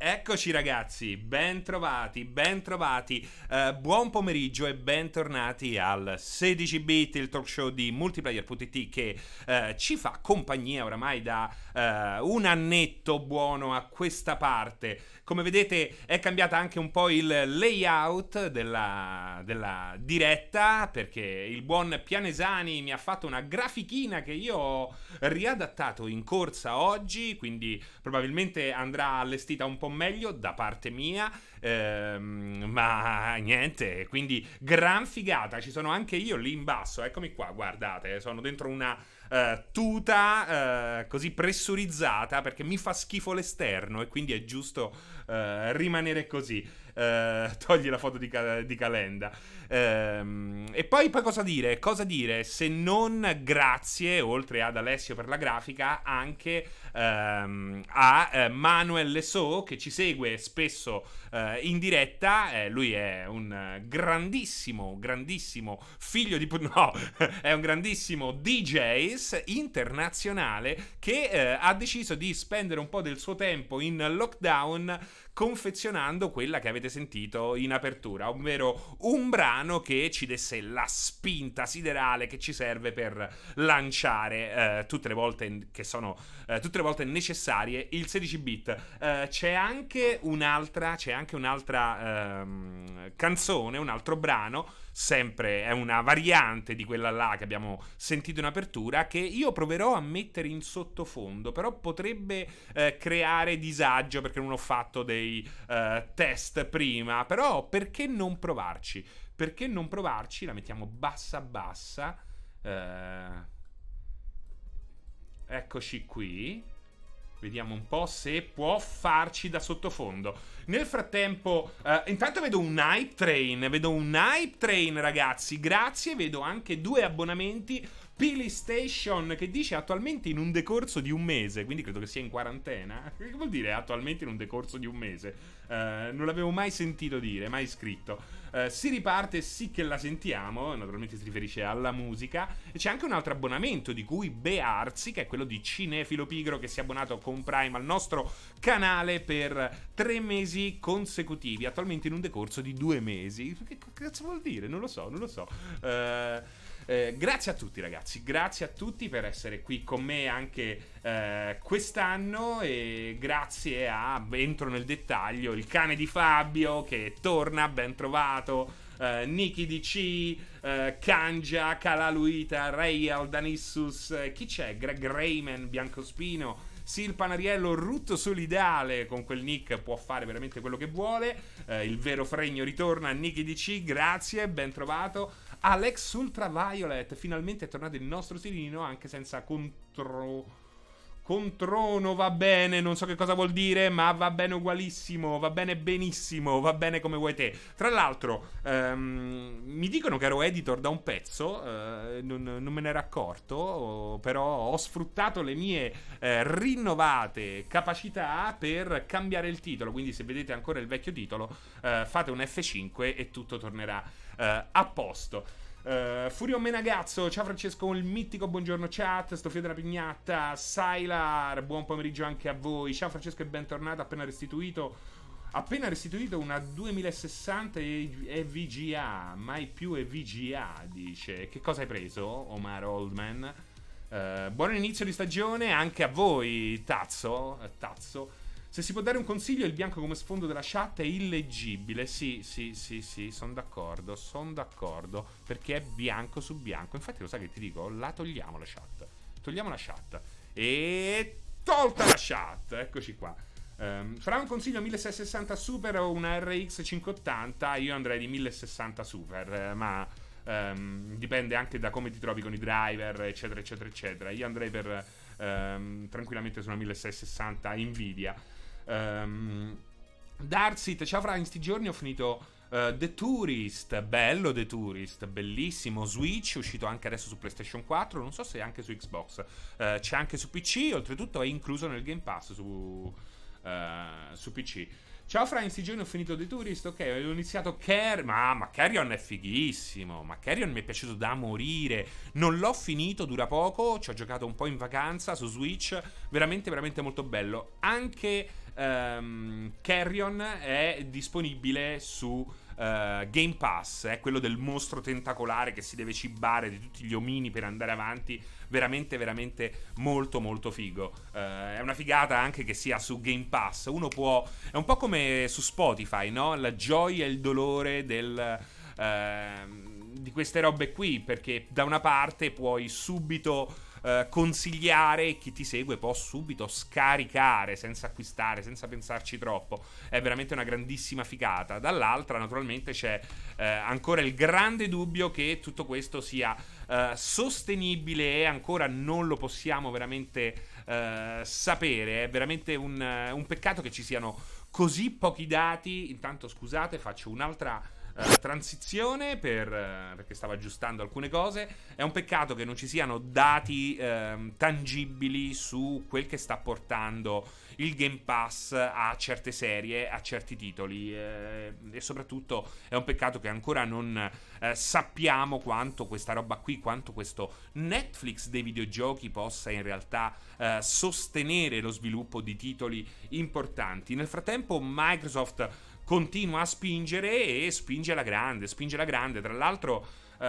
Eccoci ragazzi, ben trovati, ben trovati. Buon pomeriggio e bentornati al 16 bit, il talk show di Multiplayer.it che ci fa compagnia oramai da un annetto buono a questa parte. Come vedete è cambiata anche un po' il layout della diretta, perché il buon Pianesani mi ha fatto una grafichina che io ho riadattato in corsa oggi, quindi probabilmente andrà allestita un po' meglio da parte mia, ma niente, quindi gran figata. Ci sono anche io lì in basso, eccomi qua, guardate, sono dentro una tuta così pressurizzata perché mi fa schifo l'esterno e quindi è giusto rimanere così. Togli la foto di Calenda. E poi cosa dire? Cosa dire se non grazie, oltre ad Alessio per la grafica, anche a Manuel Lesaux che ci segue spesso in diretta. Lui è un grandissimo figlio di no, è un grandissimo DJ internazionale che ha deciso di spendere un po' del suo tempo in lockdown confezionando quella che avete sentito in apertura, ovvero un brano che ci desse la spinta siderale che ci serve per lanciare tutte le volte che sono tutte le volte necessarie il 16 bit. C'è anche un'altra canzone, un altro brano, sempre è una variante di quella là che abbiamo sentito in apertura, che io proverò a mettere in sottofondo, però potrebbe creare disagio perché non ho fatto dei test prima. Però perché non provarci? Perché non provarci? La mettiamo bassa. Eccoci qui. Vediamo un po' se può farci da sottofondo. Nel frattempo, intanto vedo un hype train, ragazzi. Grazie, vedo anche 2 abbonamenti. Pili Station che dice attualmente in un decorso di un mese, quindi credo che sia in quarantena. Che vuol dire attualmente in un decorso di un mese? Non l'avevo mai sentito dire, mai scritto. Si riparte, sì che la sentiamo, naturalmente si riferisce alla musica. E c'è anche un altro abbonamento di cui Bearzi, che è quello di Cinefilo Pigro, che si è abbonato con Prime al nostro canale per 3 mesi consecutivi, attualmente in un decorso di 2 mesi. Che cazzo vuol dire? Non lo so. Grazie a tutti ragazzi, grazie a tutti per essere qui con me anche quest'anno, e grazie a, entro nel dettaglio, il cane di Fabio che torna, ben trovato, Niki DC, Kangia, Kalaluita, Real, Danissus, chi c'è? Greg Rayman, Biancospino, Sil Panariello, Rutto Solidale, con quel nick può fare veramente quello che vuole. Il vero fregno ritorna, Niki DC, grazie, ben trovato. Alex Ultraviolet, finalmente è tornato il nostro Sirino, anche senza controno, va bene, non so che cosa vuol dire, ma va bene ugualissimo, va bene benissimo, va bene come vuoi te. Tra l'altro, mi dicono che ero editor da un pezzo, non me ne ero accorto, però ho sfruttato le mie rinnovate capacità per cambiare il titolo, quindi se vedete ancora il vecchio titolo, fate un F5 e tutto tornerà a posto. Furio Menagazzo, ciao Francesco, il mitico buongiorno chat, Stofio della Pignatta, Sailar, buon pomeriggio anche a voi. Ciao Francesco e bentornato, appena restituito una 2060 EVGA, mai più EVGA, dice. Che cosa hai preso, Omar Oldman? Buon inizio di stagione anche a voi, Tazzo. Se si può dare un consiglio, il bianco come sfondo della chat è illeggibile. Sì, sono d'accordo, perché è bianco su bianco. Infatti lo sai che ti dico, la togliamo la chat. E tolta la chat, eccoci qua. Farà un consiglio 1660 Super o una RX 580? Io andrei di 1060 Super, ma dipende anche da come ti trovi con i driver, eccetera. Io andrei per tranquillamente su una 1660 Nvidia. Darsit, ciao Fra, in sti giorni ho finito The Tourist, bello The Tourist, bellissimo. Switch, uscito anche adesso su PlayStation 4, non so se anche su Xbox, c'è anche su PC, oltretutto è incluso nel Game Pass su su PC. Ciao Fra, in 6 giorni ho finito The Tourist, ok, ho iniziato ma Carrion è fighissimo, ma Carrion mi è piaciuto da morire, non l'ho finito, dura poco, ci ho giocato un po' in vacanza su Switch, veramente veramente molto bello. Anche Carrion è disponibile su Game Pass, è quello del mostro tentacolare che si deve cibare di tutti gli omini per andare avanti, veramente veramente molto molto figo. È una figata anche che sia su Game Pass, uno può, è un po' come su Spotify, no? La gioia e il dolore di queste robe qui, perché da una parte puoi subito consigliare, chi ti segue può subito scaricare senza acquistare, senza pensarci troppo. È veramente una grandissima figata. Dall'altra naturalmente c'è ancora il grande dubbio che tutto questo sia sostenibile, e ancora non lo possiamo veramente sapere. È veramente un peccato che ci siano così pochi dati. Intanto scusate, faccio un'altra transizione perché stavo aggiustando alcune cose. È un peccato che non ci siano dati tangibili su quel che sta portando il Game Pass a certe serie, a certi titoli, e soprattutto è un peccato che ancora non sappiamo quanto questa roba qui, quanto questo Netflix dei videogiochi possa in realtà sostenere lo sviluppo di titoli importanti. Nel frattempo Microsoft continua a spingere e spinge alla grande. Tra l'altro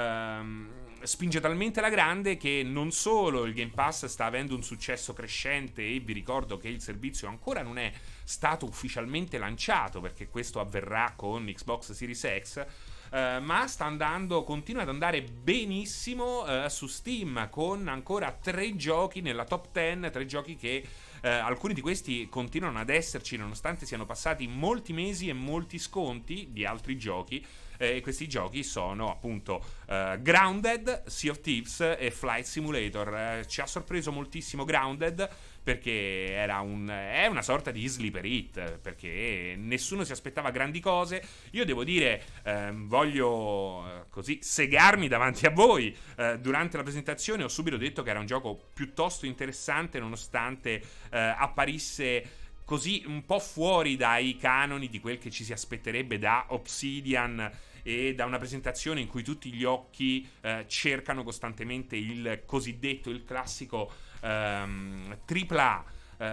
spinge talmente alla grande che non solo il Game Pass sta avendo un successo crescente, e vi ricordo che il servizio ancora non è stato ufficialmente lanciato, perché questo avverrà con Xbox Series X, ma continua ad andare benissimo su Steam, con ancora 3 giochi nella top 10, 3 giochi che alcuni di questi continuano ad esserci nonostante siano passati molti mesi e molti sconti di altri giochi. E questi giochi sono appunto Grounded, Sea of Thieves e Flight Simulator. Ci ha sorpreso moltissimo Grounded, perché è una sorta di sleeper hit, perché nessuno si aspettava grandi cose. Io devo dire, voglio così segarmi davanti a voi. Durante la presentazione ho subito detto che era un gioco piuttosto interessante, nonostante apparisse così un po' fuori dai canoni di quel che ci si aspetterebbe da Obsidian, e da una presentazione in cui tutti gli occhi cercano costantemente il classico AAA.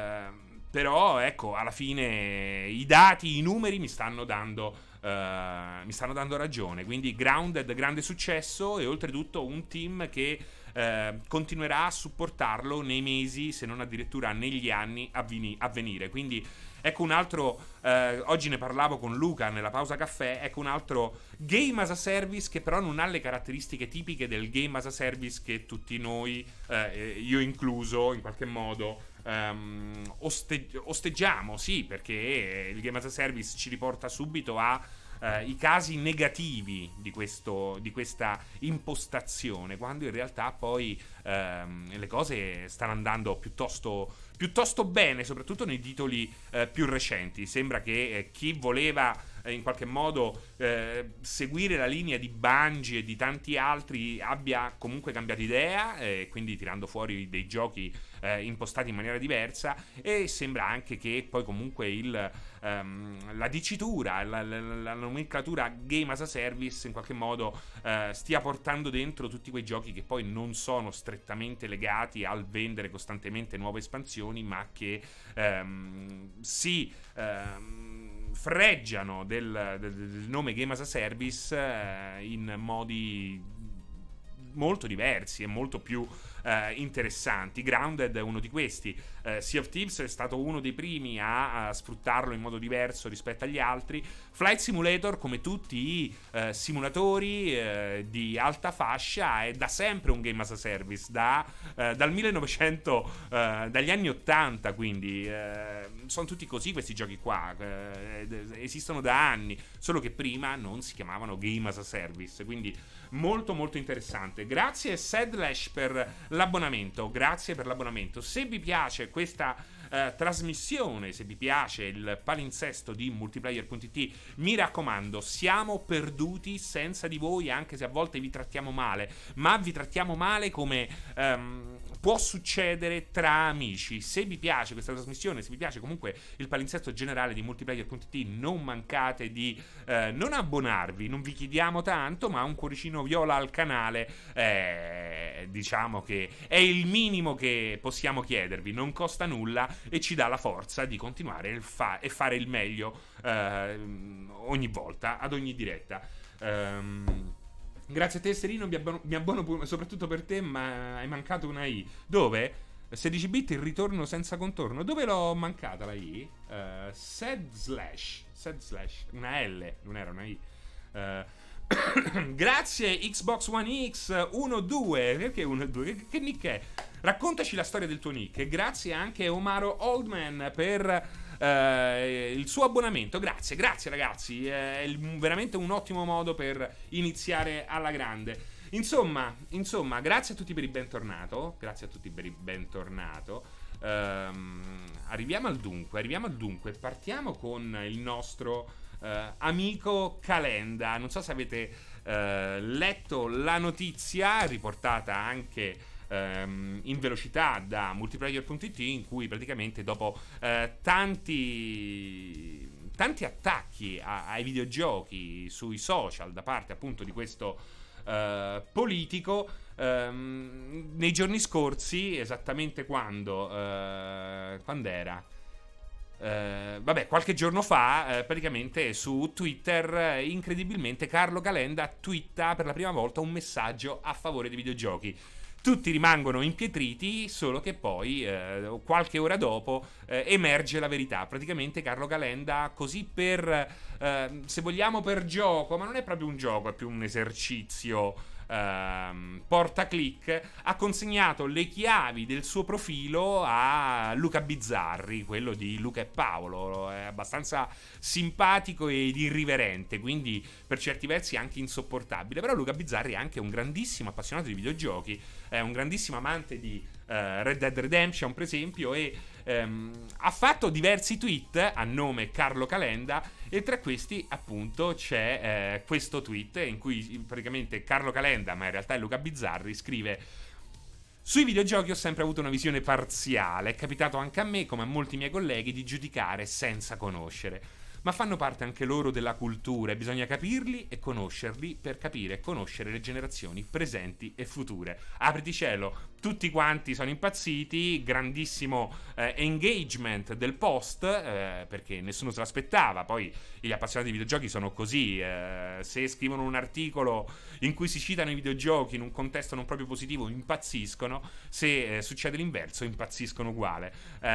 Però ecco, alla fine i dati, i numeri mi stanno dando ragione. Quindi Grounded, grande successo, e oltretutto un team che continuerà a supportarlo nei mesi, se non addirittura negli anni a venire. Quindi ecco un altro, oggi ne parlavo con Luca nella pausa caffè, ecco un altro game as a service che però non ha le caratteristiche tipiche del game as a service che tutti noi, io incluso in qualche modo, osteggiamo, sì, perché il game as a service ci riporta subito a i casi negativi di questa impostazione, quando in realtà poi le cose stanno andando piuttosto bene, soprattutto nei titoli più recenti. Sembra che chi voleva in qualche modo seguire la linea di Bungie e di tanti altri abbia comunque cambiato idea, quindi tirando fuori dei giochi impostati in maniera diversa, e sembra anche che poi comunque la dicitura, la nomenclatura game as a service in qualche modo stia portando dentro tutti quei giochi che poi non sono strettamente legati al vendere costantemente nuove espansioni, ma che si freggiano del nome game as a service in modi molto diversi e molto più interessanti. Grounded è uno di questi. Sea of Thieves è stato uno dei primi a sfruttarlo in modo diverso rispetto agli altri. Flight Simulator, come tutti i simulatori di alta fascia, è da sempre un game as a service, dal 1900, dagli anni 80, quindi sono tutti così questi giochi qua, esistono da anni, solo che prima non si chiamavano game as a service, quindi molto molto interessante. Grazie Sedlash per l'abbonamento, grazie per l'abbonamento. Se vi piace questa trasmissione. Se vi piace il palinsesto di Multiplayer.it, mi raccomando, siamo perduti senza di voi, anche se a volte vi trattiamo male, ma vi trattiamo male come può succedere tra amici. Se vi piace questa trasmissione, se vi piace comunque il palinsesto generale di Multiplayer.it, non mancate di non abbonarvi, non vi chiediamo tanto, ma un cuoricino viola al canale, diciamo che è il minimo che possiamo chiedervi, non costa nulla e ci dà la forza di continuare e fare il meglio ogni volta, ad ogni diretta. Grazie a te Serino, mi abbono soprattutto per te, ma hai mancato una I. Dove? 16 bit il ritorno senza contorno. Dove l'ho mancata la I? Sad slash, una L, non era una I. Grazie Xbox One X 1-2. Perché 1-2? Che nick è? Raccontaci la storia del tuo nick. E grazie anche Omaro Oldman per il suo abbonamento. Grazie ragazzi, è veramente un ottimo modo per iniziare alla grande. Insomma, grazie a tutti per il bentornato. Arriviamo al dunque. Partiamo con il nostro amico Calenda. Non so se avete letto la notizia riportata anche in velocità da Multiplayer.it, in cui praticamente dopo tanti attacchi ai videogiochi sui social da parte appunto di questo politico, nei giorni scorsi, esattamente quando era? Qualche giorno fa, praticamente su Twitter, incredibilmente Carlo Calenda twitta per la prima volta un messaggio a favore dei videogiochi. Tutti rimangono impietriti, solo che poi qualche ora dopo emerge la verità. Praticamente Carlo Calenda, così per se vogliamo per gioco, ma non è proprio un gioco, è più un esercizio porta click, ha consegnato le chiavi del suo profilo a Luca Bizzarri, quello di Luca e Paolo. È abbastanza simpatico ed irriverente, quindi per certi versi anche insopportabile. Però Luca Bizzarri è anche un grandissimo appassionato di videogiochi, è un grandissimo amante di Red Dead Redemption per esempio, e ha fatto diversi tweet a nome Carlo Calenda, e tra questi appunto c'è questo tweet in cui praticamente Carlo Calenda, ma in realtà è Luca Bizzarri, scrive: sui videogiochi ho sempre avuto una visione parziale, è capitato anche a me come a molti miei colleghi di giudicare senza conoscere, ma fanno parte anche loro della cultura e bisogna capirli e conoscerli per capire e conoscere le generazioni presenti e future. Apriti cielo, tutti quanti sono impazziti, grandissimo engagement del post, perché nessuno se l'aspettava. Poi gli appassionati di videogiochi sono così, se scrivono un articolo in cui si citano i videogiochi in un contesto non proprio positivo impazziscono, se succede l'inverso impazziscono uguale.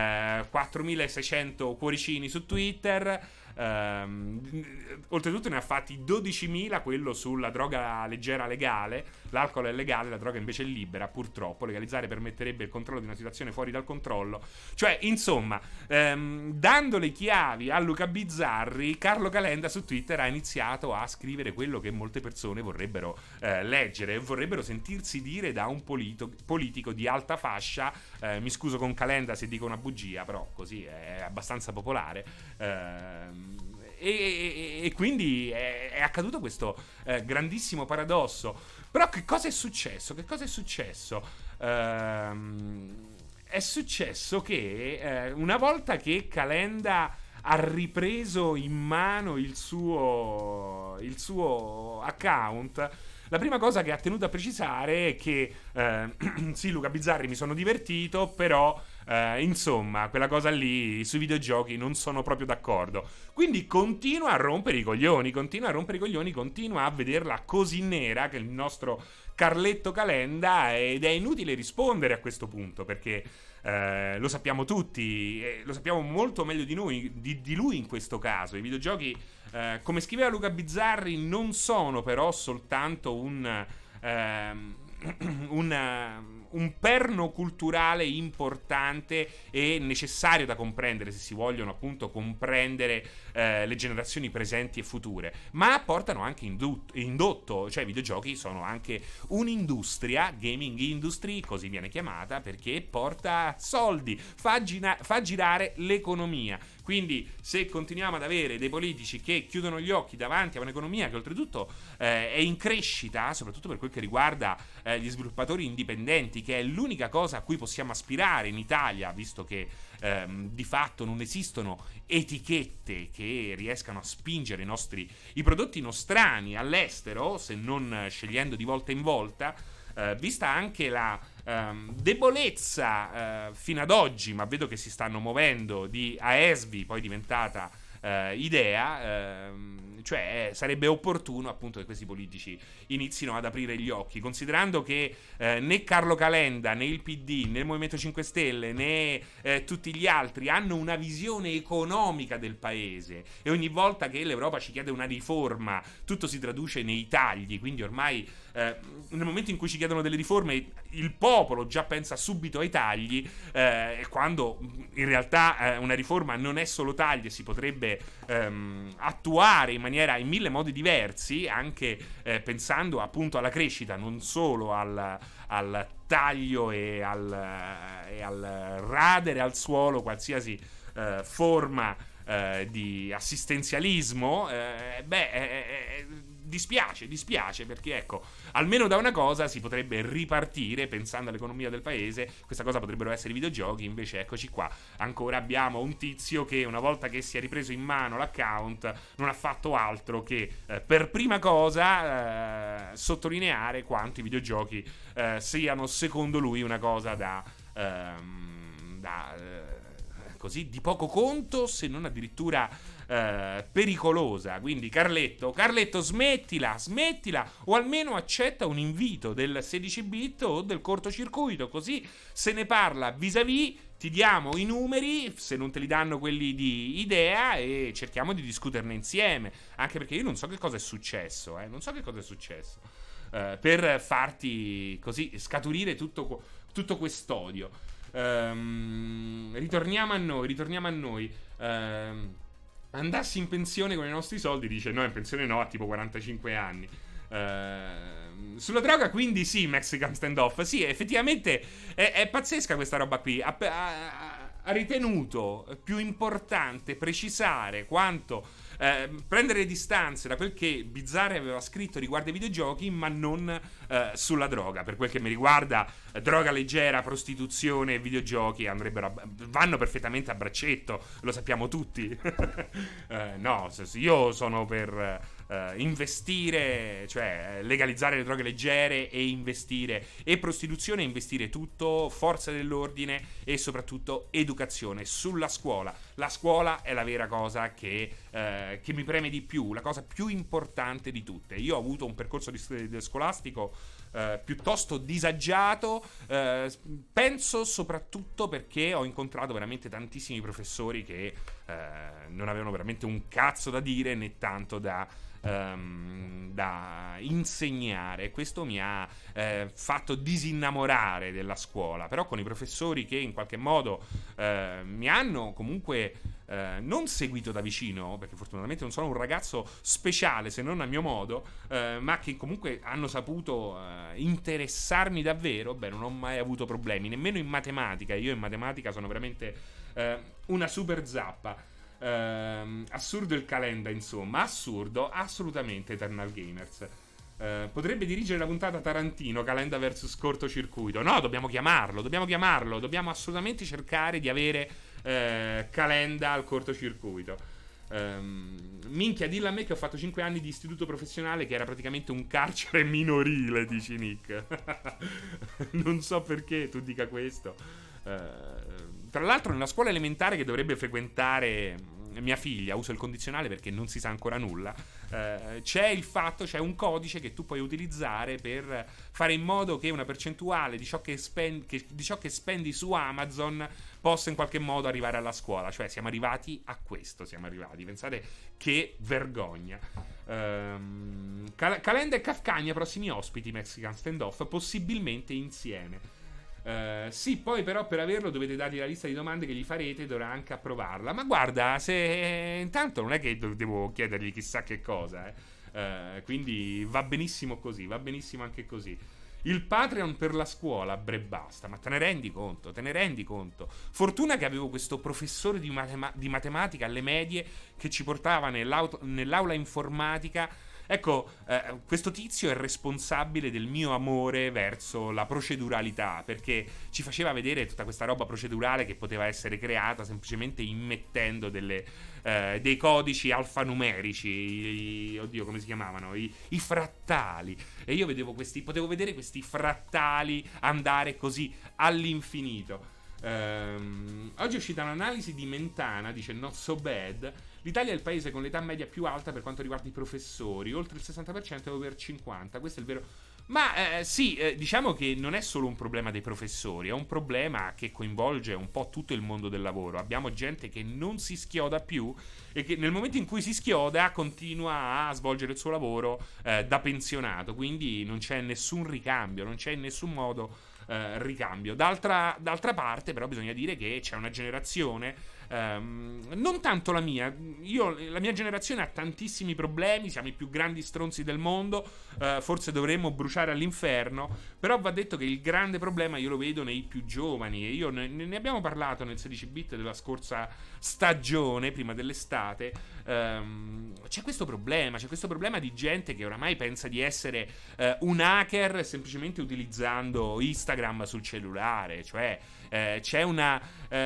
4600 cuoricini su Twitter. Oltretutto ne ha fatti 12.000 quello sulla droga leggera legale. L'alcol è legale, la droga invece è libera, purtroppo. Legalizzare permetterebbe il controllo di una situazione fuori dal controllo. Cioè, insomma, dando le chiavi a Luca Bizzarri, Carlo Calenda su Twitter ha iniziato a scrivere quello che molte persone vorrebbero leggere, vorrebbero sentirsi dire da un politico di alta fascia. Mi scuso con Calenda se dico una bugia, però così è abbastanza popolare. E quindi è accaduto questo grandissimo paradosso. Però che cosa è successo? È successo che una volta che Calenda ha ripreso in mano il suo account, la prima cosa che ha tenuto a precisare è che sì, Luca Bizzarri, mi sono divertito, però insomma, quella cosa lì sui videogiochi non sono proprio d'accordo. Quindi continua a rompere i coglioni, continua a vederla così nera che il nostro Carletto Calenda, ed è inutile rispondere a questo punto, perché lo sappiamo tutti, lo sappiamo molto meglio di noi, di lui in questo caso. I videogiochi, come scriveva Luca Bizzarri, non sono però soltanto un un perno culturale importante e necessario da comprendere se si vogliono appunto comprendere le generazioni presenti e future, ma portano anche indotto, cioè i videogiochi sono anche un'industria, gaming industry così viene chiamata, perché porta soldi, fa girare l'economia. Quindi se continuiamo ad avere dei politici che chiudono gli occhi davanti a un'economia che oltretutto è in crescita, soprattutto per quel che riguarda gli sviluppatori indipendenti, che è l'unica cosa a cui possiamo aspirare in Italia, visto che di fatto non esistono etichette che riescano a spingere i prodotti nostrani all'estero, se non scegliendo di volta in volta, vista anche la debolezza fino ad oggi, ma vedo che si stanno muovendo, di AESVI, poi diventata Idea, cioè sarebbe opportuno appunto che questi politici inizino ad aprire gli occhi, considerando che né Carlo Calenda, né il PD, né il Movimento 5 Stelle, né tutti gli altri hanno una visione economica del paese, e ogni volta che l'Europa ci chiede una riforma tutto si traduce nei tagli, quindi ormai nel momento in cui ci chiedono delle riforme il popolo già pensa subito ai tagli, quando in realtà una riforma non è solo tagli e si potrebbe attuare in mille modi diversi, anche pensando appunto alla crescita, non solo al taglio e al radere al suolo qualsiasi forma di assistenzialismo. Dispiace perché ecco, almeno da una cosa si potrebbe ripartire pensando all'economia del paese. Questa cosa potrebbero essere i videogiochi, invece eccoci qua, ancora abbiamo un tizio che una volta che si è ripreso in mano l'account non ha fatto altro che per prima cosa sottolineare quanto i videogiochi siano secondo lui una cosa così di poco conto, se non addirittura pericolosa. Quindi Carletto, smettila, o almeno accetta un invito del 16-bit o del cortocircuito, così se ne parla vis-à-vis, ti diamo i numeri, se non te li danno quelli di Idea, e cerchiamo di discuterne insieme, anche perché io non so che cosa è successo, per farti così scaturire tutto quest'odio. Ritorniamo a noi. Andassi in pensione con i nostri soldi, dice. No, in pensione no, a tipo 45 anni. Sulla droga, quindi sì, Mexican Standoff. Sì, effettivamente è pazzesca questa roba qui. Ha ritenuto più importante precisare quanto prendere le distanze da quel che Bizzarri aveva scritto riguardo ai videogiochi, ma non sulla droga. Per quel che mi riguarda, droga leggera, prostituzione e videogiochi vanno perfettamente a braccetto, lo sappiamo tutti. No, io sono per investire, cioè legalizzare le droghe leggere e investire, e prostituzione, investire tutto, forza dell'ordine e soprattutto educazione sulla scuola. La scuola è la vera cosa che mi preme di più, la cosa più importante di tutte. Io ho avuto un percorso scolastico piuttosto disagiato, penso soprattutto perché ho incontrato veramente tantissimi professori che non avevano veramente un cazzo da dire né tanto da insegnare. Questo mi ha fatto disinnamorare della scuola, però con i professori che in qualche modo mi hanno comunque non seguito da vicino, perché fortunatamente non sono un ragazzo speciale se non a mio modo, ma che comunque hanno saputo interessarmi davvero, non ho mai avuto problemi, nemmeno in matematica. Io in matematica sono veramente una super zappa. Assurdo il Calenda, insomma, assurdo, assolutamente. Eternal Gamers potrebbe dirigere la puntata Tarantino, Calenda vs cortocircuito. No, dobbiamo chiamarlo, dobbiamo assolutamente cercare di avere Calenda al cortocircuito. Minchia, dillo a me che ho fatto 5 anni di istituto professionale che era praticamente un carcere minorile, dici Nick. Non so perché tu dica questo. Tra l'altro nella scuola elementare che dovrebbe frequentare mia figlia, uso il condizionale perché non si sa ancora nulla, c'è un codice che tu puoi utilizzare per fare in modo che una percentuale di ciò che spendi su Amazon possa in qualche modo arrivare alla scuola. Cioè siamo arrivati a questo, pensate che vergogna. Calenda e Kafkania prossimi ospiti Mexican Standoff, possibilmente insieme. Sì, poi però per averlo dovete dargli la lista di domande che gli farete e dovrà anche approvarla. Ma guarda, se intanto non è che devo chiedergli chissà che cosa, quindi va benissimo così, va benissimo anche così. Il Patreon per la scuola, bre basta, ma te ne rendi conto? Te ne rendi conto? Fortuna che avevo questo professore di matematica alle medie che ci portava nell'aula informatica. Ecco, questo tizio è responsabile del mio amore verso la proceduralità, perché ci faceva vedere tutta questa roba procedurale che poteva essere creata semplicemente immettendo dei codici alfanumerici, oddio come si chiamavano, i frattali, e io potevo vedere questi frattali andare così all'infinito. Oggi è uscita un'analisi di Mentana, dice not so bad. L'Italia è il paese con l'età media più alta per quanto riguarda i professori, oltre il 60% e over il 50%. Questo è il vero. Ma sì, diciamo che non è solo un problema dei professori, è un problema che coinvolge un po' tutto il mondo del lavoro. Abbiamo gente che non si schioda più e che nel momento in cui si schioda continua a svolgere il suo lavoro da pensionato, quindi non c'è nessun ricambio, non c'è in nessun modo ricambio. D'altra parte però bisogna dire che c'è una generazione, non tanto la mia, la mia generazione ha tantissimi problemi, siamo i più grandi stronzi del mondo, forse dovremmo bruciare all'inferno, però va detto che il grande problema io lo vedo nei più giovani, e ne abbiamo parlato nel 16 bit della scorsa stagione, prima dell'estate. C'è questo problema di gente che oramai pensa di essere un hacker semplicemente utilizzando Instagram sul cellulare, cioè c'è una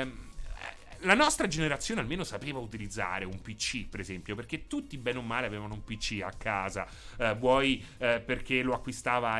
la nostra generazione almeno sapeva utilizzare un PC, per esempio, perché tutti bene o male avevano un PC a casa, vuoi perché lo acquistavano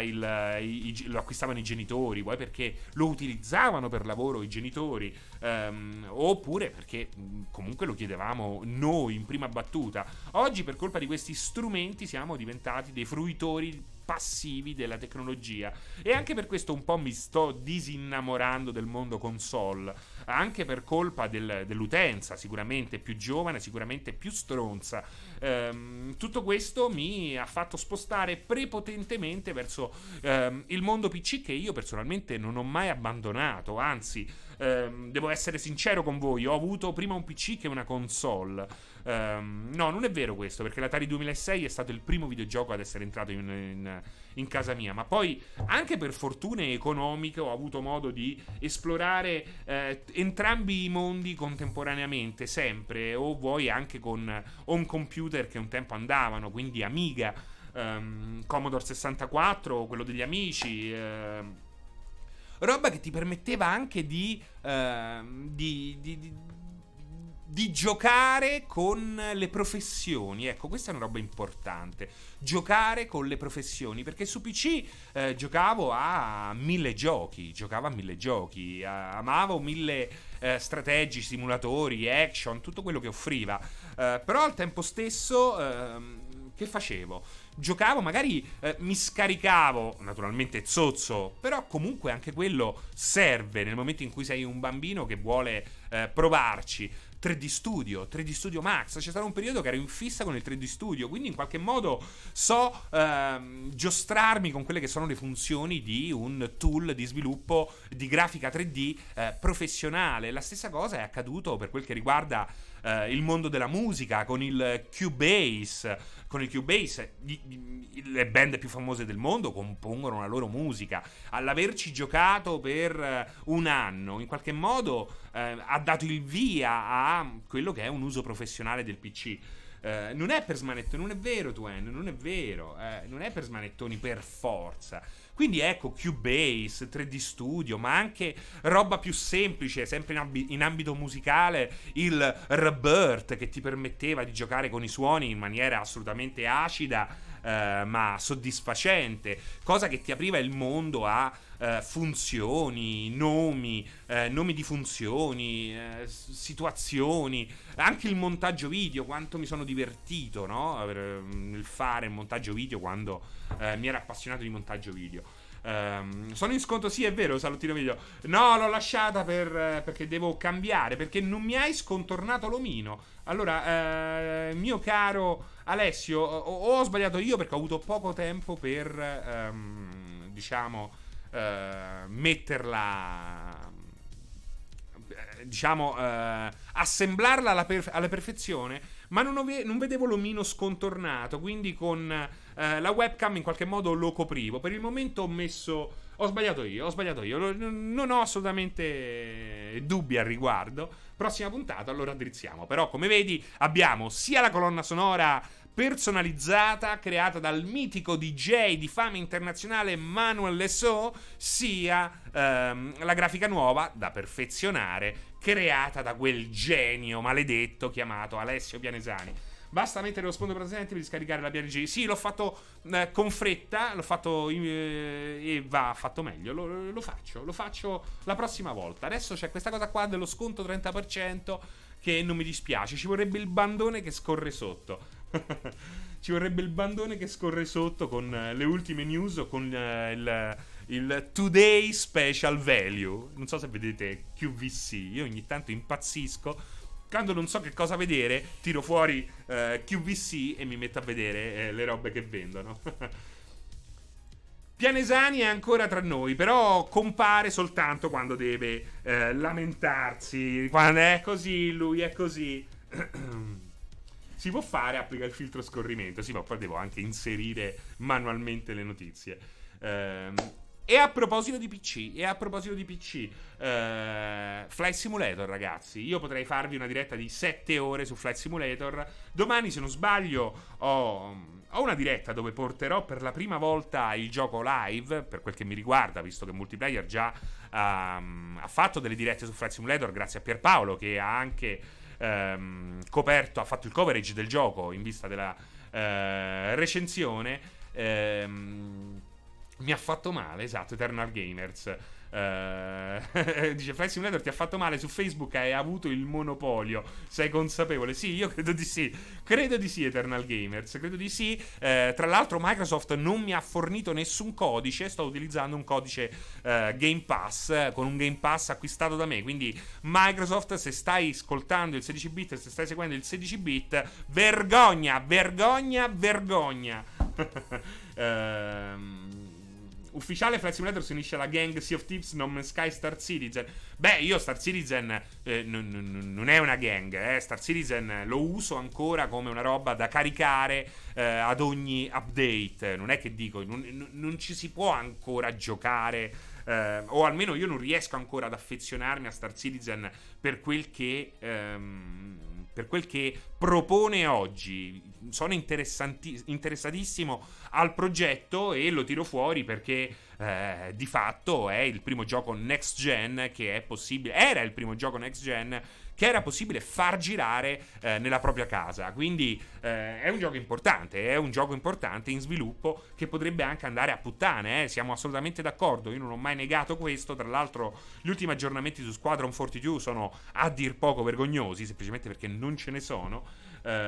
i genitori, vuoi perché lo utilizzavano per lavoro i genitori, oppure perché comunque lo chiedevamo noi in prima battuta. Oggi per colpa di questi strumenti siamo diventati dei fruitori passivi della tecnologia, e anche per questo un po' mi sto disinnamorando del mondo console, anche per colpa dell'utenza sicuramente più giovane, sicuramente più stronza. Tutto questo mi ha fatto spostare prepotentemente verso il mondo PC, che io personalmente non ho mai abbandonato, anzi devo essere sincero con voi, ho avuto prima un PC che una console. No, non è vero questo, perché l'Atari 2006 è stato il primo videogioco ad essere entrato in casa mia, ma poi anche per fortune economiche ho avuto modo di esplorare entrambi i mondi contemporaneamente, sempre, o vuoi anche con home computer che un tempo andavano, quindi Amiga, Commodore 64, quello degli amici, roba che ti permetteva anche di giocare con le professioni. Ecco, questa è una roba importante, giocare con le professioni, perché su PC giocavo a 1000 giochi, amavo 1000 strategi, simulatori, action, tutto quello che offriva, però al tempo stesso che facevo? Giocavo, magari mi scaricavo, naturalmente zozzo, però comunque anche quello serve nel momento in cui sei un bambino che vuole provarci. 3D Studio Max, c'è stato un periodo che ero in fissa con il 3D Studio, quindi in qualche modo so giostrarmi con quelle che sono le funzioni di un tool di sviluppo di grafica 3D professionale. La stessa cosa è accaduto per quel che riguarda il mondo della musica con il Cubase. Con il Cubase le band più famose del mondo compongono la loro musica. All'averci giocato per un anno, in qualche modo ha dato il via a quello che è un uso professionale del PC. Non è per smanettoni, non è vero, Twen, non è vero, non è per smanettoni per forza. Quindi ecco, Cubase, 3D Studio, ma anche roba più semplice, sempre in ambito musicale, il Rebirth, che ti permetteva di giocare con i suoni in maniera assolutamente acida, ma soddisfacente, cosa che ti apriva il mondo a funzioni, nomi di funzioni, situazioni, anche il montaggio video. Quanto mi sono divertito, no? Nel fare il montaggio video quando mi ero appassionato di montaggio video. Sono in sconto, sì, è vero, salottino video. No, l'ho lasciata perché devo cambiare, perché non mi hai scontornato l'omino. Allora, mio caro Alessio, ho sbagliato io perché ho avuto poco tempo per diciamo metterla, diciamo, assemblarla alla perfezione, ma non vedevo l'omino scontornato, quindi con la webcam in qualche modo lo coprivo. Per il momento ho sbagliato io, non ho assolutamente dubbi al riguardo. Prossima puntata lo raddrizziamo. Però, come vedi, abbiamo sia la colonna sonora personalizzata creata dal mitico DJ di fama internazionale Manuel Lesaux, sia la grafica nuova da perfezionare creata da quel genio maledetto chiamato Alessio Pianesani. Basta mettere lo sfondo presente per scaricare la PNG. Sì, l'ho fatto con fretta, l'ho fatto e va fatto meglio. Lo faccio la prossima volta. Adesso c'è questa cosa qua dello sconto 30% che non mi dispiace. Ci vorrebbe il bandone che scorre sotto. Ci vorrebbe il bandone che scorre sotto con le ultime news o con il Today Special Value. Non so se vedete QVC. Io ogni tanto impazzisco. Quando non so che cosa vedere, tiro fuori QVC e mi metto a vedere le robe che vendono. Pianesani è ancora tra noi, però compare soltanto quando deve lamentarsi. Quando è così, lui è così. Si può fare, applica il filtro scorrimento. Sì, ma poi devo anche inserire manualmente le notizie. E a proposito di PC, Flight Simulator, ragazzi, io potrei farvi una diretta di 7 ore su Flight Simulator. Domani, se non sbaglio, ho una diretta dove porterò per la prima volta il gioco live, per quel che mi riguarda, visto che Multiplayer già ha fatto delle dirette su Flight Simulator, grazie a Pierpaolo, che ha anche ha fatto il coverage del gioco in vista della recensione. Mi ha fatto male, esatto, Eternal Gamers. Dice Flight Simulator ti ha fatto male su Facebook, hai avuto il monopolio, sei consapevole? Sì, io credo di sì, Eternal Gamers, credo di sì. Tra l'altro Microsoft non mi ha fornito nessun codice, sto utilizzando un codice Game Pass, con un Game Pass acquistato da me, quindi Microsoft, se stai ascoltando il 16 bit, se stai seguendo il 16 bit, vergogna. Ufficiale Flight Simulator si unisce alla gang Sea of Thieves, No Man's Sky, Star Citizen. Beh, io Star Citizen non è una gang, Star Citizen lo uso ancora come una roba da caricare ad ogni update. Non è che dico, non ci si può ancora giocare, o almeno io non riesco ancora ad affezionarmi a Star Citizen per quel che propone oggi. Sono interessatissimo al progetto e lo tiro fuori perché di fatto è il primo gioco next gen che è possibile. Era il primo gioco next gen che era possibile far girare nella propria casa. Quindi è un gioco importante in sviluppo, che potrebbe anche andare a puttane, siamo assolutamente d'accordo, io non ho mai negato questo. Tra l'altro gli ultimi aggiornamenti su Squadron 42 sono a dir poco vergognosi, semplicemente perché non ce ne sono.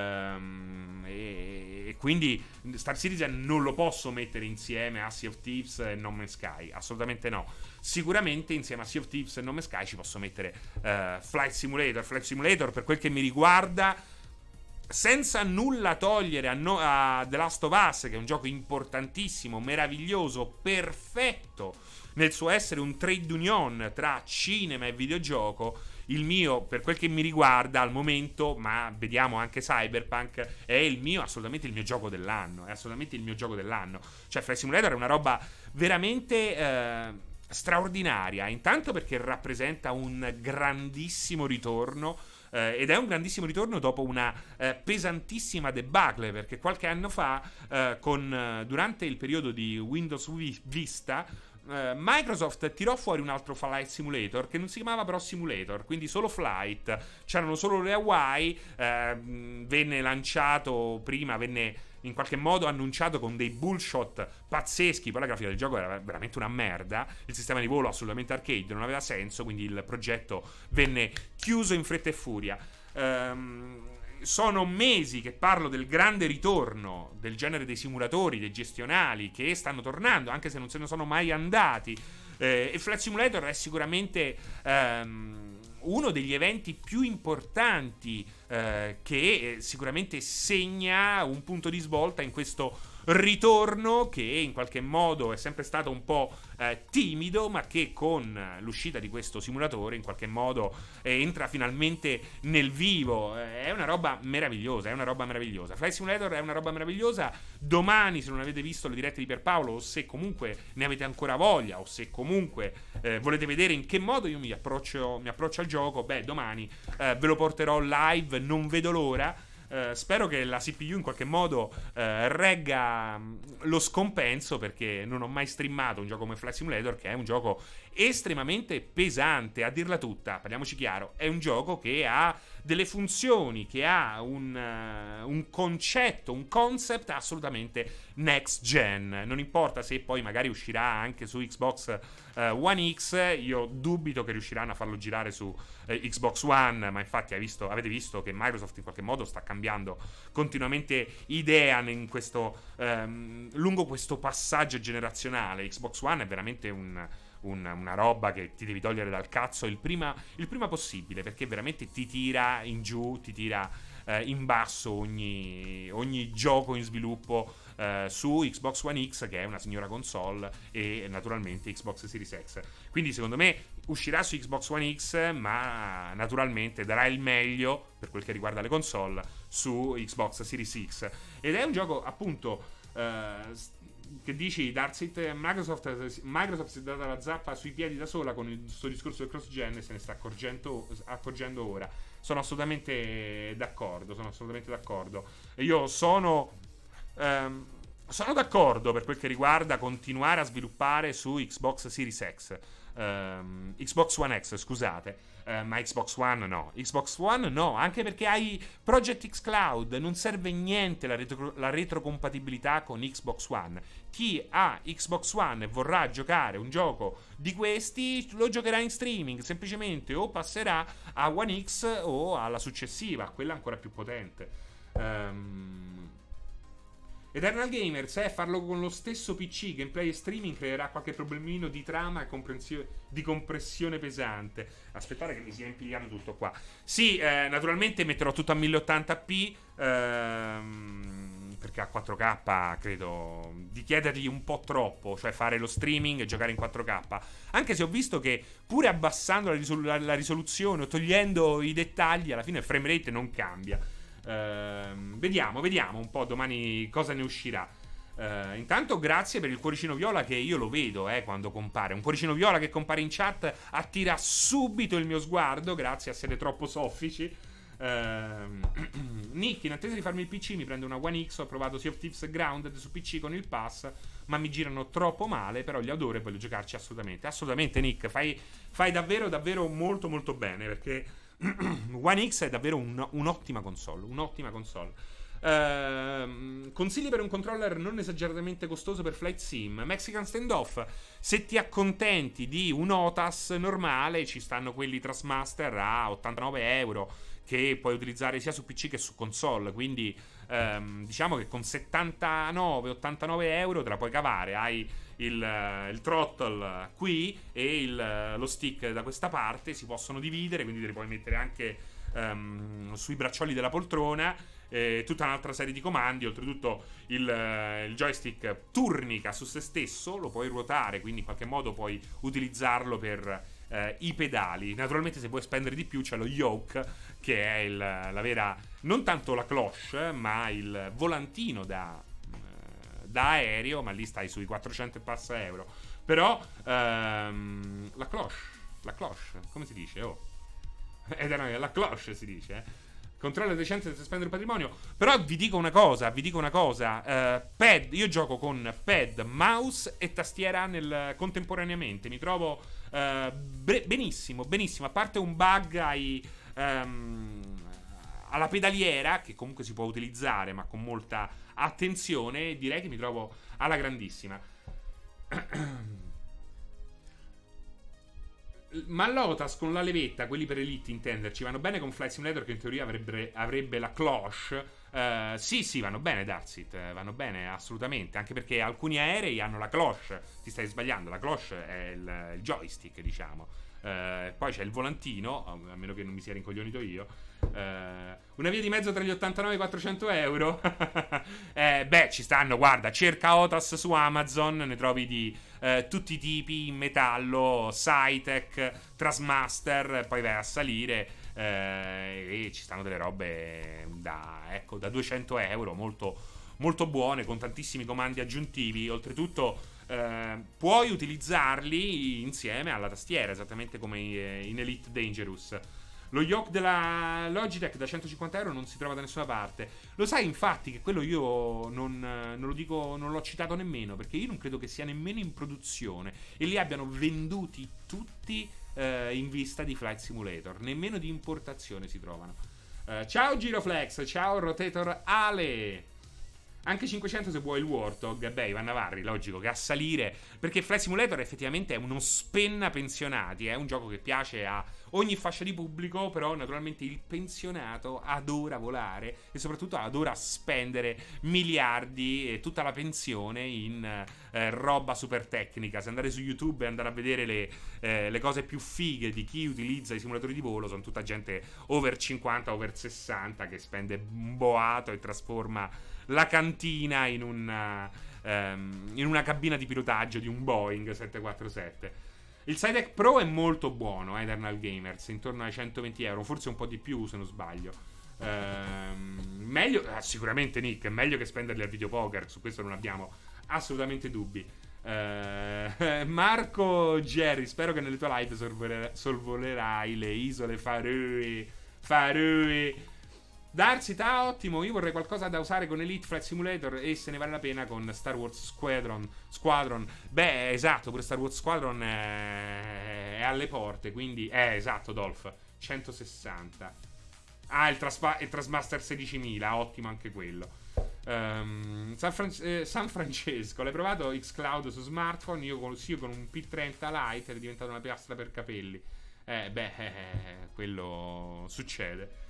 E quindi Star Citizen non lo posso mettere insieme a Sea of Thieves e No Man's Sky, assolutamente no. Sicuramente insieme a Sea of Thieves e No Man's Sky ci posso mettere Flight Simulator, per quel che mi riguarda, senza nulla togliere a The Last of Us, che è un gioco importantissimo, meraviglioso, perfetto nel suo essere un trade union tra cinema e videogioco. Il mio, per quel che mi riguarda al momento, ma vediamo anche Cyberpunk, è assolutamente il mio gioco dell'anno. Cioè, Flight Simulator è una roba veramente straordinaria. Intanto perché rappresenta un grandissimo ritorno. Ed è un grandissimo ritorno dopo una pesantissima debacle, perché qualche anno fa, durante il periodo di Windows Vista, Microsoft tirò fuori un altro Flight Simulator che non si chiamava però Simulator, quindi solo Flight, c'erano solo le Hawaii, venne lanciato prima, venne in qualche modo annunciato con dei bullshot pazzeschi. Poi la grafica del gioco era veramente una merda, il sistema di volo assolutamente arcade, non aveva senso, quindi il progetto venne chiuso in fretta e furia. Sono mesi che parlo del grande ritorno del genere dei simulatori, dei gestionali, che stanno tornando, anche se non se ne sono mai andati. E Flight Simulator è sicuramente uno degli eventi più importanti, che sicuramente segna un punto di svolta in questo ritorno che in qualche modo è sempre stato un po' timido, ma che con l'uscita di questo simulatore in qualche modo entra finalmente nel vivo. È una roba meravigliosa, è una roba meravigliosa. Flight Simulator è una roba meravigliosa. Domani, se non avete visto le dirette di Pierpaolo, o se comunque ne avete ancora voglia, o se comunque volete vedere in che modo io mi approccio al gioco, beh, domani ve lo porterò live, non vedo l'ora. Spero che la CPU in qualche modo regga lo scompenso, perché non ho mai streamato un gioco come Flight Simulator, che è un gioco estremamente pesante, a dirla tutta. Parliamoci chiaro, è un gioco che ha delle funzioni, che ha un concetto, un concept assolutamente next gen. Non importa se poi magari uscirà anche su Xbox One X, io dubito che riusciranno a farlo girare su Xbox One, ma infatti avete visto che Microsoft in qualche modo sta cambiando continuamente idea in questo, lungo questo passaggio generazionale. Xbox One è veramente una roba che ti devi togliere dal cazzo il prima possibile, perché veramente ti tira in giù, ti tira in basso ogni gioco in sviluppo su Xbox One X, che è una signora console, e naturalmente Xbox Series X. Quindi secondo me uscirà su Xbox One X, ma naturalmente darà il meglio per quel che riguarda le console su Xbox Series X. Ed è un gioco appunto che dici, Darkseid, Microsoft si è data la zappa sui piedi da sola con il suo discorso del cross-gen e se ne sta accorgendo ora. Sono assolutamente d'accordo. E io sono d'accordo per quel che riguarda continuare a sviluppare su Xbox Series X. Xbox One X, scusate. Ma Xbox One no, anche perché hai Project X Cloud, non serve niente la retrocompatibilità con Xbox One. Chi ha Xbox One e vorrà giocare un gioco di questi lo giocherà in streaming, semplicemente, o passerà a One X o alla successiva, quella ancora più potente. Eternal Gamer, se farlo con lo stesso PC, gameplay e streaming creerà qualche problemino di trama e di compressione pesante. Aspettate che mi sia impigliato tutto qua. Sì, naturalmente metterò tutto a 1080p, perché a 4K credo di chiedergli un po' troppo, cioè fare lo streaming e giocare in 4K. Anche se ho visto che pure abbassando la risoluzione o togliendo i dettagli, alla fine il frame rate non cambia. Vediamo un po' domani cosa ne uscirà. Intanto grazie per il cuoricino viola, che io lo vedo quando compare. Un cuoricino viola che compare in chat attira subito il mio sguardo, grazie a siete troppo soffici. Nick, in attesa di farmi il PC mi prendo una One X. Ho provato Sea of Thieves Grounded su PC con il pass, ma mi girano troppo male. Però li adoro e voglio giocarci assolutamente Nick, fai davvero molto molto bene, perché One X è davvero un'ottima console. Consigli per un controller non esageratamente costoso per Flight Sim. Mexican Standoff, se ti accontenti di un OTAS normale, ci stanno quelli Trustmaster a 89 euro che puoi utilizzare sia su PC che su console. Quindi diciamo che con 79-89 euro te la puoi cavare. Hai il throttle qui e lo stick da questa parte, si possono dividere, quindi te li puoi mettere anche sui braccioli della poltrona. Tutta un'altra serie di comandi. Oltretutto il joystick turnica su se stesso, lo puoi ruotare, quindi in qualche modo puoi utilizzarlo per i pedali. Naturalmente se vuoi spendere di più c'è lo yoke, che è la vera, non tanto la cloche, ma il volantino da aereo, ma lì stai sui 400 e passa euro. Però la cloche, come si dice? La cloche si dice, controllo decente senza spendere patrimonio. Però vi dico una cosa, pad, io gioco con pad, mouse e tastiera contemporaneamente. Mi trovo benissimo. A parte un bug alla pedaliera, che comunque si può utilizzare ma con molta attenzione, direi che mi trovo alla grandissima. Ma l'Otas con la levetta, quelli per Elite intenderci, vanno bene con Flight Simulator, che in teoria avrebbe la cloche. Sì, vanno bene, Darkseid, vanno bene assolutamente, anche perché alcuni aerei hanno la cloche. Ti stai sbagliando, la cloche è il joystick, diciamo. Poi c'è il volantino, a meno che non mi sia rincoglionito io. Una via di mezzo tra gli 89 e i 400 euro. Beh, ci stanno, guarda, cerca Otas su Amazon, ne trovi di tutti i tipi, in metallo, Cytec, Trasmaster, poi vai a salire e ci stanno delle robe da 200 euro, molto, molto buone, con tantissimi comandi aggiuntivi. Oltretutto puoi utilizzarli insieme alla tastiera, esattamente come in Elite Dangerous. Lo yoke della Logitech da 150 euro non si trova da nessuna parte. Lo sai, infatti, che quello io non lo dico, non l'ho citato nemmeno, perché io non credo che sia nemmeno in produzione e li abbiano venduti tutti in vista di Flight Simulator. Nemmeno di importazione si trovano. Ciao Giroflex, ciao Rotator Ale. Anche 500 se vuoi il Warthog. Beh, Ivan Navarri, logico che a salire, perché Flight Simulator effettivamente è uno spenna pensionati. È un gioco che piace a ogni fascia di pubblico, però naturalmente il pensionato adora volare e soprattutto adora spendere miliardi e tutta la pensione in roba super tecnica. Se andare su YouTube e andare a vedere le cose più fighe di chi utilizza i simulatori di volo, sono tutta gente over 50, over 60 che spende un boato e trasforma la cantina in una cabina di pilotaggio di un Boeing 747. Il Cytec Pro è molto buono, Eternal Gamers, intorno ai 120 euro, forse un po' di più se non sbaglio. Meglio, sicuramente Nick, è meglio che spenderli al videopoker, su questo non abbiamo assolutamente dubbi. Marco Jerry, spero che nelle tue live sorvolerai le isole Faroe. Darsita, ottimo. Io vorrei qualcosa da usare con Elite Flight Simulator e se ne vale la pena con Star Wars Squadron. Beh, esatto, pure Star Wars Squadron è alle porte, quindi esatto, Dolph 160. Il Trasmaster 16.000, ottimo anche quello. San Francesco, l'hai provato Xcloud su smartphone? Io con un P30 Lite è diventato una piastra per capelli. Quello succede.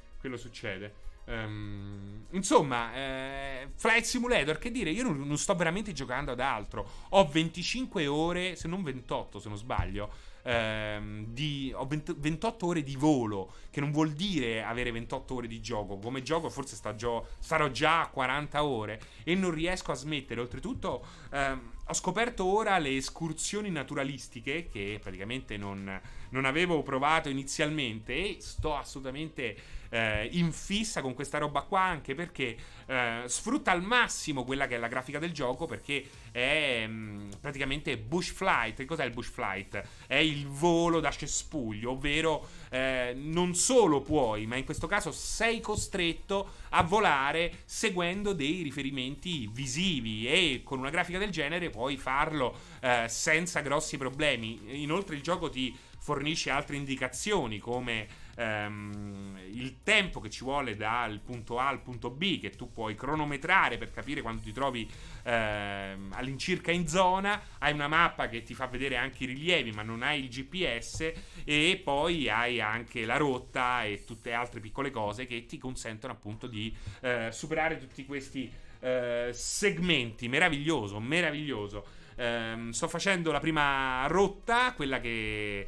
Insomma, Flight Simulator, che dire, io non sto veramente giocando ad altro. Ho 25 ore, se non 28 se non sbaglio, ho 28 ore di volo, che non vuol dire avere 28 ore di gioco. Come gioco forse starò già a 40 ore e non riesco a smettere. Oltretutto ho scoperto ora le escursioni naturalistiche, che praticamente non avevo provato inizialmente, e sto assolutamente in fissa con questa roba qua, anche perché sfrutta al massimo quella che è la grafica del gioco, perché è praticamente bush flight. Che cos'è il bush flight? È il volo da cespuglio, ovvero non solo puoi, ma in questo caso sei costretto a volare seguendo dei riferimenti visivi, e con una grafica del genere puoi farlo senza grossi problemi. Inoltre il gioco ti fornisce altre indicazioni, come il tempo che ci vuole dal punto A al punto B, che tu puoi cronometrare per capire quando ti trovi all'incirca in zona. Hai una mappa che ti fa vedere anche i rilievi, ma non hai il GPS, e poi hai anche la rotta e tutte altre piccole cose che ti consentono appunto di superare tutti questi segmenti. Meraviglioso. Sto facendo la prima rotta, quella che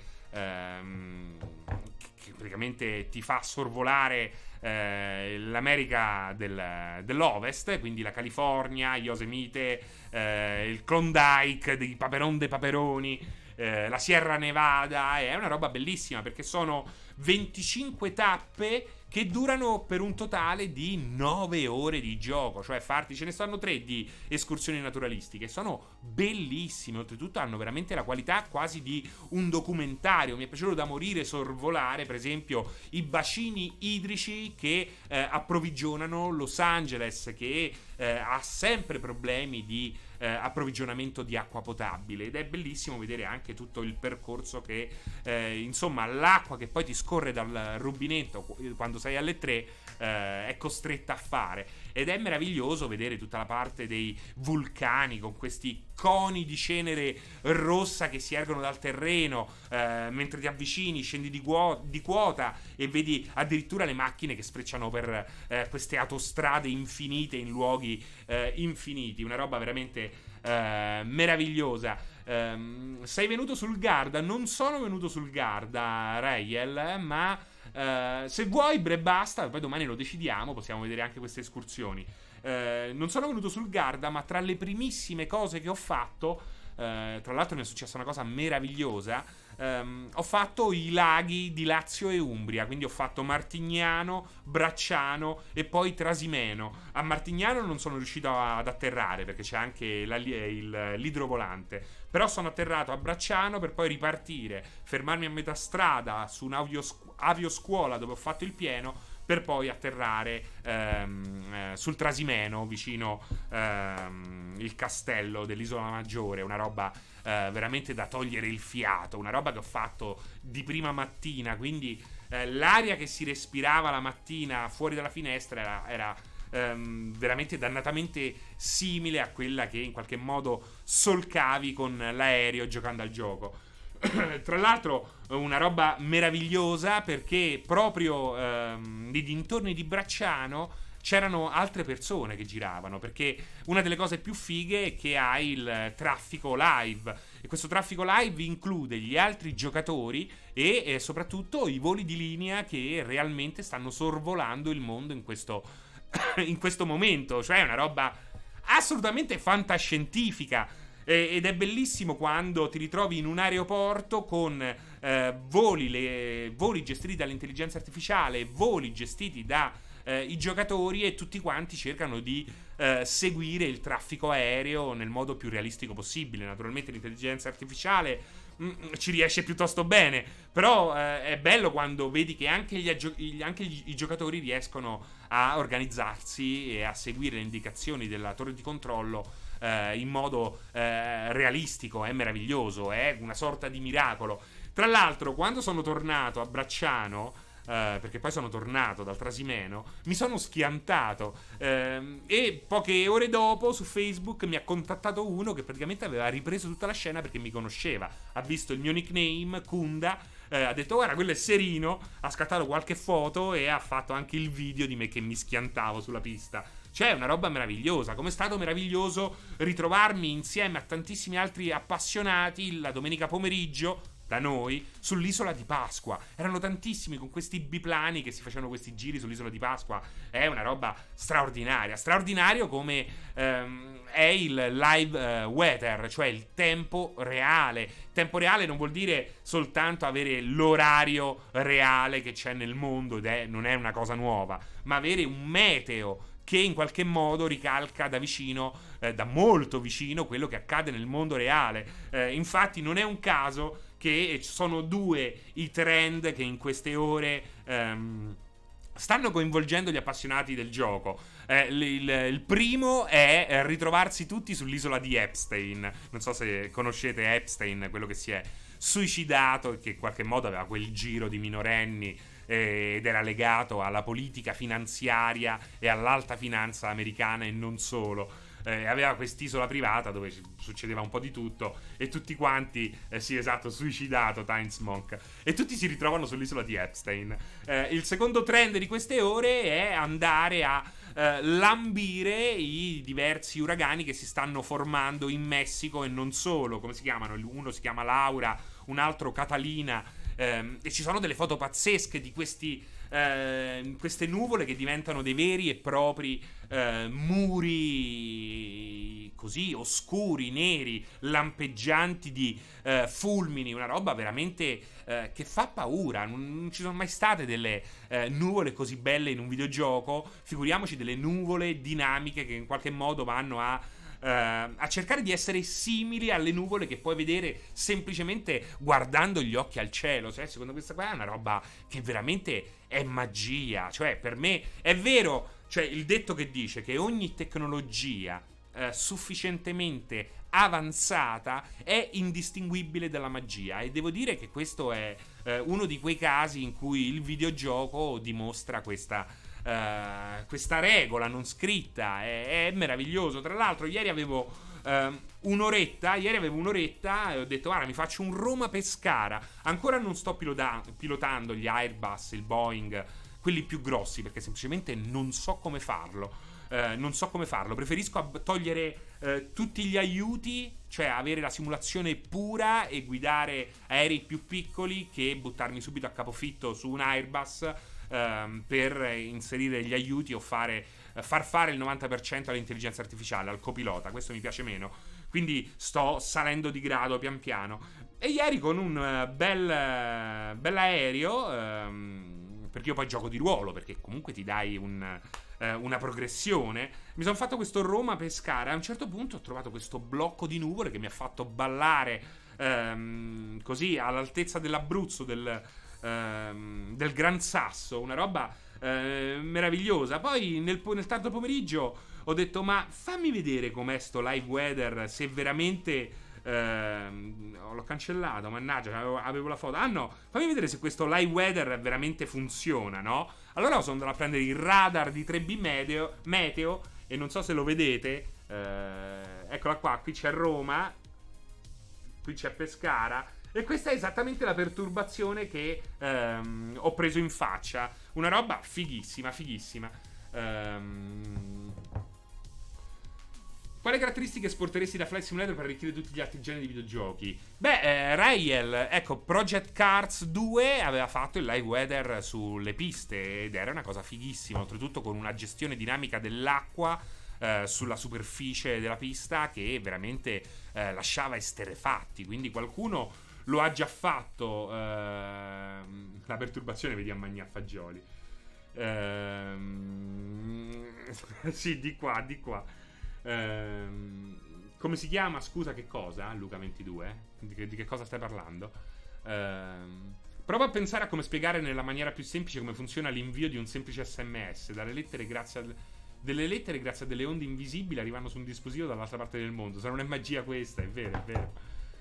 praticamente ti fa sorvolare l'America dell'Ovest, quindi la California, Yosemite, il Klondike dei Paperon dei Paperoni, la Sierra Nevada. È una roba bellissima, perché sono 25 tappe che durano per un totale di 9 ore di gioco. Cioè ce ne stanno 3 di escursioni naturalistiche, sono bellissime. Oltretutto hanno veramente la qualità quasi di un documentario. Mi è piaciuto da morire sorvolare per esempio i bacini idrici che approvvigionano Los Angeles, che ha sempre problemi di approvvigionamento di acqua potabile, ed è bellissimo vedere anche tutto il percorso che insomma l'acqua che poi ti scorre dal rubinetto quando sei alle 3 è costretta a fare. Ed è meraviglioso vedere tutta la parte dei vulcani con questi coni di cenere rossa che si ergono dal terreno, mentre ti avvicini, scendi di quota e vedi addirittura le macchine che sfrecciano per queste autostrade infinite in luoghi infiniti. Una roba veramente meravigliosa. Sei venuto sul Garda? Non sono venuto sul Garda, Rayel, ma se vuoi bre basta, poi domani lo decidiamo, possiamo vedere anche queste escursioni. Non sono venuto sul Garda, ma tra le primissime cose che ho fatto, tra l'altro mi è successa una cosa meravigliosa. Ho fatto i laghi di Lazio e Umbria, quindi ho fatto Martignano, Bracciano e poi Trasimeno. A Martignano non sono riuscito ad atterrare perché c'è anche l'idrovolante, però sono atterrato a Bracciano per poi ripartire, fermarmi a metà strada su un'avioscuola dove ho fatto il pieno, per poi atterrare sul Trasimeno, vicino il castello dell'Isola Maggiore. Una roba veramente da togliere il fiato, una roba che ho fatto di prima mattina, quindi l'aria che si respirava la mattina fuori dalla finestra era veramente dannatamente simile a quella che in qualche modo solcavi con l'aereo giocando al gioco. Tra l'altro una roba meravigliosa, perché proprio nei dintorni di Bracciano c'erano altre persone che giravano, perché una delle cose più fighe è che hai il traffico live, e questo traffico live include gli altri giocatori e soprattutto i voli di linea che realmente stanno sorvolando il mondo in questo, in questo momento. Cioè è una roba assolutamente fantascientifica. Ed è bellissimo quando ti ritrovi in un aeroporto con voli gestiti dall'intelligenza artificiale, voli gestiti da i giocatori, e tutti quanti cercano di seguire il traffico aereo nel modo più realistico possibile. Naturalmente l'intelligenza artificiale ci riesce piuttosto bene, però è bello quando vedi che anche i giocatori riescono a organizzarsi e a seguire le indicazioni della torre di controllo in modo realistico. È meraviglioso, è una sorta di miracolo. Tra l'altro, quando sono tornato a Bracciano, perché poi sono tornato dal Trasimeno, mi sono schiantato e poche ore dopo su Facebook mi ha contattato uno che praticamente aveva ripreso tutta la scena perché mi conosceva, ha visto il mio nickname Kunda, ha detto guarda quello è Serino, ha scattato qualche foto e ha fatto anche il video di me che mi schiantavo sulla pista. Cioè, una roba meravigliosa. Come è stato meraviglioso ritrovarmi insieme a tantissimi altri appassionati la domenica pomeriggio da noi sull'isola di Pasqua. Erano tantissimi con questi biplani che si facevano questi giri sull'isola di Pasqua. È una roba straordinaria. Straordinario come è il live weather, cioè il tempo reale. Tempo reale non vuol dire soltanto avere l'orario reale che c'è nel mondo, ed non è una cosa nuova, ma avere un meteo che in qualche modo ricalca da vicino, da molto vicino, quello che accade nel mondo reale. Infatti non è un caso che sono due i trend che in queste ore stanno coinvolgendo gli appassionati del gioco. Il primo è ritrovarsi tutti sull'isola di Epstein. Non so se conoscete Epstein, quello che si è suicidato e che in qualche modo aveva quel giro di minorenni ed era legato alla politica finanziaria e all'alta finanza americana e non solo. Aveva quest'isola privata dove succedeva un po' di tutto e tutti quanti, sì esatto, suicidato Times Monk, e tutti si ritrovano sull'isola di Epstein. Il secondo trend di queste ore è andare a lambire i diversi uragani che si stanno formando in Messico e non solo. Come si chiamano? Uno si chiama Laura, un altro Catalina, e ci sono delle foto pazzesche di queste nuvole che diventano dei veri e propri muri così oscuri, neri, lampeggianti di fulmini. Una roba veramente che fa paura. Non ci sono mai state delle nuvole così belle in un videogioco, figuriamoci delle nuvole dinamiche che in qualche modo vanno a cercare di essere simili alle nuvole che puoi vedere semplicemente guardando gli occhi al cielo. Cioè, secondo questa qua è una roba che veramente è magia. Cioè, per me è vero, cioè il detto che dice che ogni tecnologia sufficientemente avanzata è indistinguibile dalla magia, e devo dire che questo è uno di quei casi in cui il videogioco dimostra questa regola non scritta. È meraviglioso. Tra l'altro ieri avevo un'oretta e ho detto guarda, mi faccio un Roma-Pescara. Ancora non sto pilotando gli Airbus, il Boeing, quelli più grossi, perché semplicemente non so come farlo. Preferisco togliere tutti gli aiuti, cioè avere la simulazione pura e guidare aerei più piccoli, che buttarmi subito a capofitto su un Airbus per inserire gli aiuti o fare far fare il 90% all'intelligenza artificiale, al copilota. Questo mi piace meno, quindi sto salendo di grado pian piano. E ieri con un bell'aereo, perché io poi gioco di ruolo, perché comunque ti dai una progressione, mi sono fatto questo Roma-Pescara. A un certo punto ho trovato questo blocco di nuvole che mi ha fatto ballare così all'altezza dell'Abruzzo, del Gran Sasso, una roba meravigliosa. Poi nel tardo pomeriggio ho detto: ma fammi vedere com'è sto live weather, se veramente l'ho cancellato, mannaggia, avevo la foto. Ah no, fammi vedere se questo live weather veramente funziona, no? Allora sono andato a prendere il radar di 3B meteo e non so se lo vedete, eccola qua, qui c'è Roma, qui c'è Pescara, e questa è esattamente la perturbazione che ho preso in faccia. Una roba fighissima, fighissima. Quali caratteristiche esporteresti da Flight Simulator per arricchire tutti gli altri generi di videogiochi? Beh, Rael, ecco, Project Cars 2 aveva fatto il live weather sulle piste ed era una cosa fighissima, oltretutto con una gestione dinamica dell'acqua sulla superficie della pista che veramente lasciava esterrefatti. Quindi qualcuno lo ha già fatto. La perturbazione, vedi, a Magna Fagioli. Sì, di qua, di qua. Come si chiama? Scusa, che cosa? Luca22? Di che cosa stai parlando? Prova a pensare a come spiegare nella maniera più semplice come funziona l'invio di un semplice SMS. Delle lettere grazie a delle onde invisibili arrivano su un dispositivo dall'altra parte del mondo. Se non è magia questa, è vero, è vero.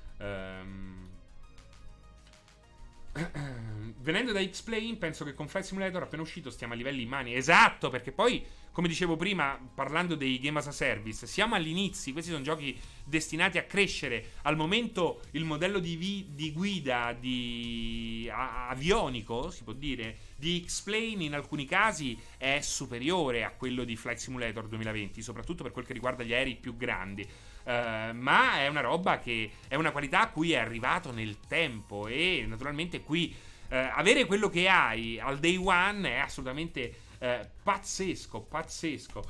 Venendo da X-Plane, penso che con Flight Simulator appena uscito stiamo a livelli immani. Esatto, perché poi, come dicevo prima, parlando dei game as a service, siamo all'inizio. Questi sono giochi destinati a crescere. Al momento il modello di guida avionico, si può dire, di X-Plane in alcuni casi è superiore a quello di Flight Simulator 2020, soprattutto per quel che riguarda gli aerei più grandi. Ma è una roba che è una qualità a cui è arrivato nel tempo, e naturalmente qui avere quello che hai al day one è assolutamente pazzesco, pazzesco.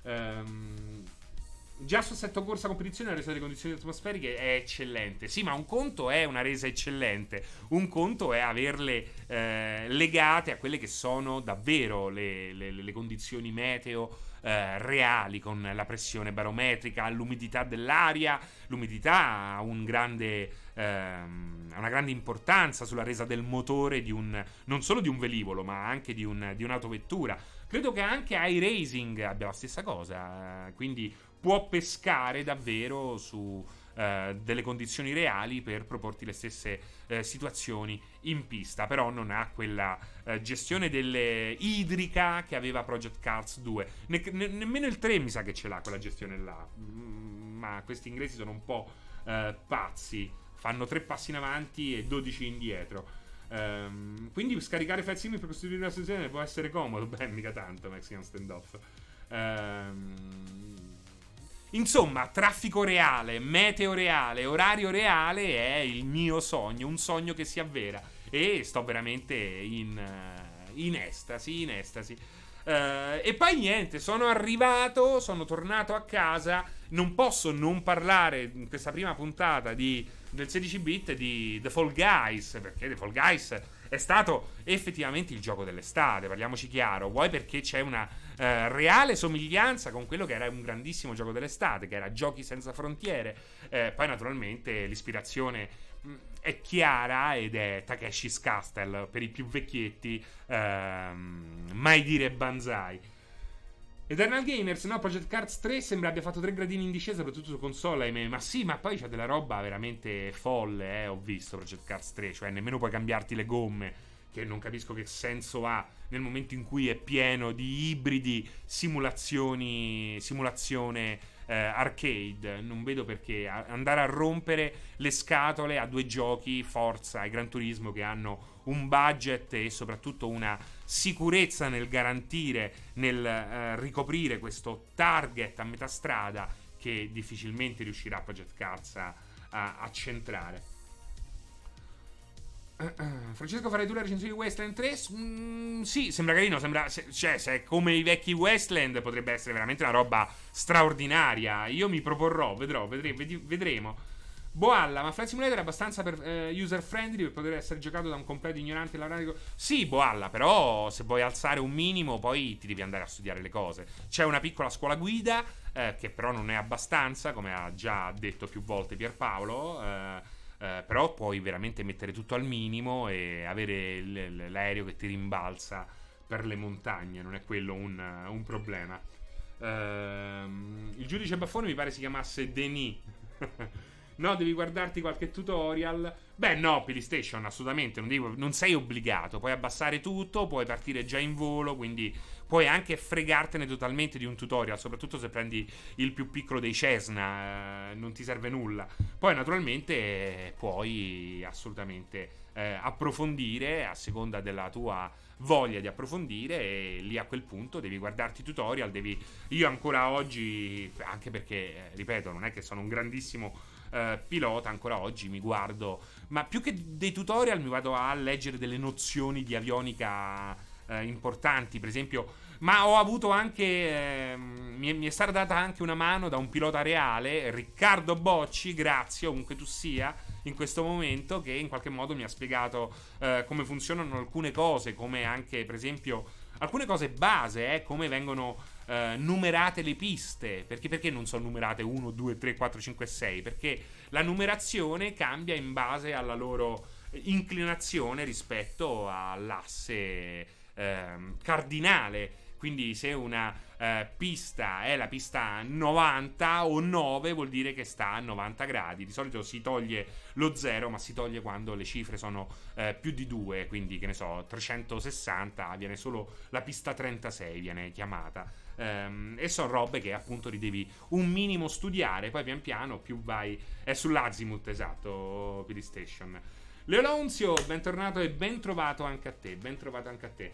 Già su assetto corsa competizione la resa delle condizioni atmosferiche è eccellente. Sì, ma un conto è una resa eccellente, un conto è averle legate a quelle che sono davvero le condizioni meteo reali, con la pressione barometrica, l'umidità dell'aria. L'umidità ha una grande importanza sulla resa del motore non solo di un velivolo, ma anche di un'autovettura. Credo che anche iRacing abbia la stessa cosa, quindi può pescare davvero su delle condizioni reali per proporti le stesse situazioni in pista, però non ha quella gestione idrica che aveva Project Cars 2. Nemmeno il 3 mi sa che ce l'ha quella gestione là. Ma questi inglesi sono un po' pazzi, fanno 3 passi in avanti e 12 indietro. Quindi scaricare Flight Sim per costruire una situazione può essere comodo. Beh, mica tanto Mexican Standoff. Insomma, traffico reale, meteo reale, orario reale è il mio sogno, un sogno che si avvera, e sto veramente in estasi, e poi niente, sono tornato a casa. Non posso non parlare in questa prima puntata del 16-bit di The Fall Guys, perché The Fall Guys è stato effettivamente il gioco dell'estate, parliamoci chiaro. Vuoi perché c'è una reale somiglianza con quello che era un grandissimo gioco dell'estate, che era Giochi senza frontiere. Poi naturalmente l'ispirazione è chiara ed è Takeshi's Castle per i più vecchietti, mai dire Banzai. Eternal Gamers, no, Project Cars 3 sembra abbia fatto 3 gradini in discesa, soprattutto su console, ahimè. Ma sì, ma poi c'è della roba veramente folle, ho visto Project Cars 3, cioè nemmeno puoi cambiarti le gomme, che non capisco che senso ha nel momento in cui è pieno di ibridi, simulazione arcade. Non vedo perché andare a rompere le scatole a 2 giochi, Forza e Gran Turismo, che hanno un budget e soprattutto una sicurezza nel garantire, nel ricoprire questo target a metà strada che difficilmente riuscirà Project Cars a centrare. Francesco, farai tu la recensione di Wasteland 3? Sì, sembra carino. Cioè, se è come i vecchi Wasteland, potrebbe essere veramente una roba straordinaria. Io mi proporrò, vedremo. Boalla, ma Flight Simulator è abbastanza user friendly per poter essere giocato da un completo ignorante laureato? Sì, Boalla, però se vuoi alzare un minimo, poi ti devi andare a studiare le cose. C'è una piccola scuola guida, che però non è abbastanza, come ha già detto più volte Pierpaolo. Però puoi veramente mettere tutto al minimo e avere l'aereo che ti rimbalza per le montagne, non è quello un problema. Il giudice baffone mi pare si chiamasse Denis. No, devi guardarti qualche tutorial. Beh, no, PlayStation, assolutamente. Non sei obbligato. Puoi abbassare tutto, puoi partire già in volo. Quindi puoi anche fregartene totalmente di un tutorial. Soprattutto se prendi il più piccolo dei Cessna. Non ti serve nulla. Poi, naturalmente, puoi assolutamente approfondire a seconda della tua voglia di approfondire. E lì a quel punto devi guardarti i tutorial. Io ancora oggi, anche perché, ripeto, non è che sono un grandissimo pilota, ancora oggi mi guardo, ma più che dei tutorial mi vado a leggere delle nozioni di avionica importanti, per esempio. Ma ho avuto anche mi è stata data anche una mano da un pilota reale, Riccardo Bocci, grazie ovunque tu sia in questo momento, che in qualche modo mi ha spiegato come funzionano alcune cose, come anche per esempio alcune cose base, come vengono numerate le piste. Perché non sono numerate 1, 2, 3, 4, 5, 6? Perché la numerazione cambia in base alla loro inclinazione rispetto all'asse cardinale. Quindi se una pista è la pista 90 o 9 vuol dire che sta a 90 gradi. Di solito si toglie lo 0, ma si toglie quando le cifre sono più di 2, quindi che ne so, 360 viene solo la pista 36 viene chiamata. E sono robe che appunto li devi un minimo studiare. Poi pian piano più vai. È sull'Azimuth, esatto, PlayStation. Leo Launzio, bentornato e ben trovato anche a te. Ben trovato anche a te.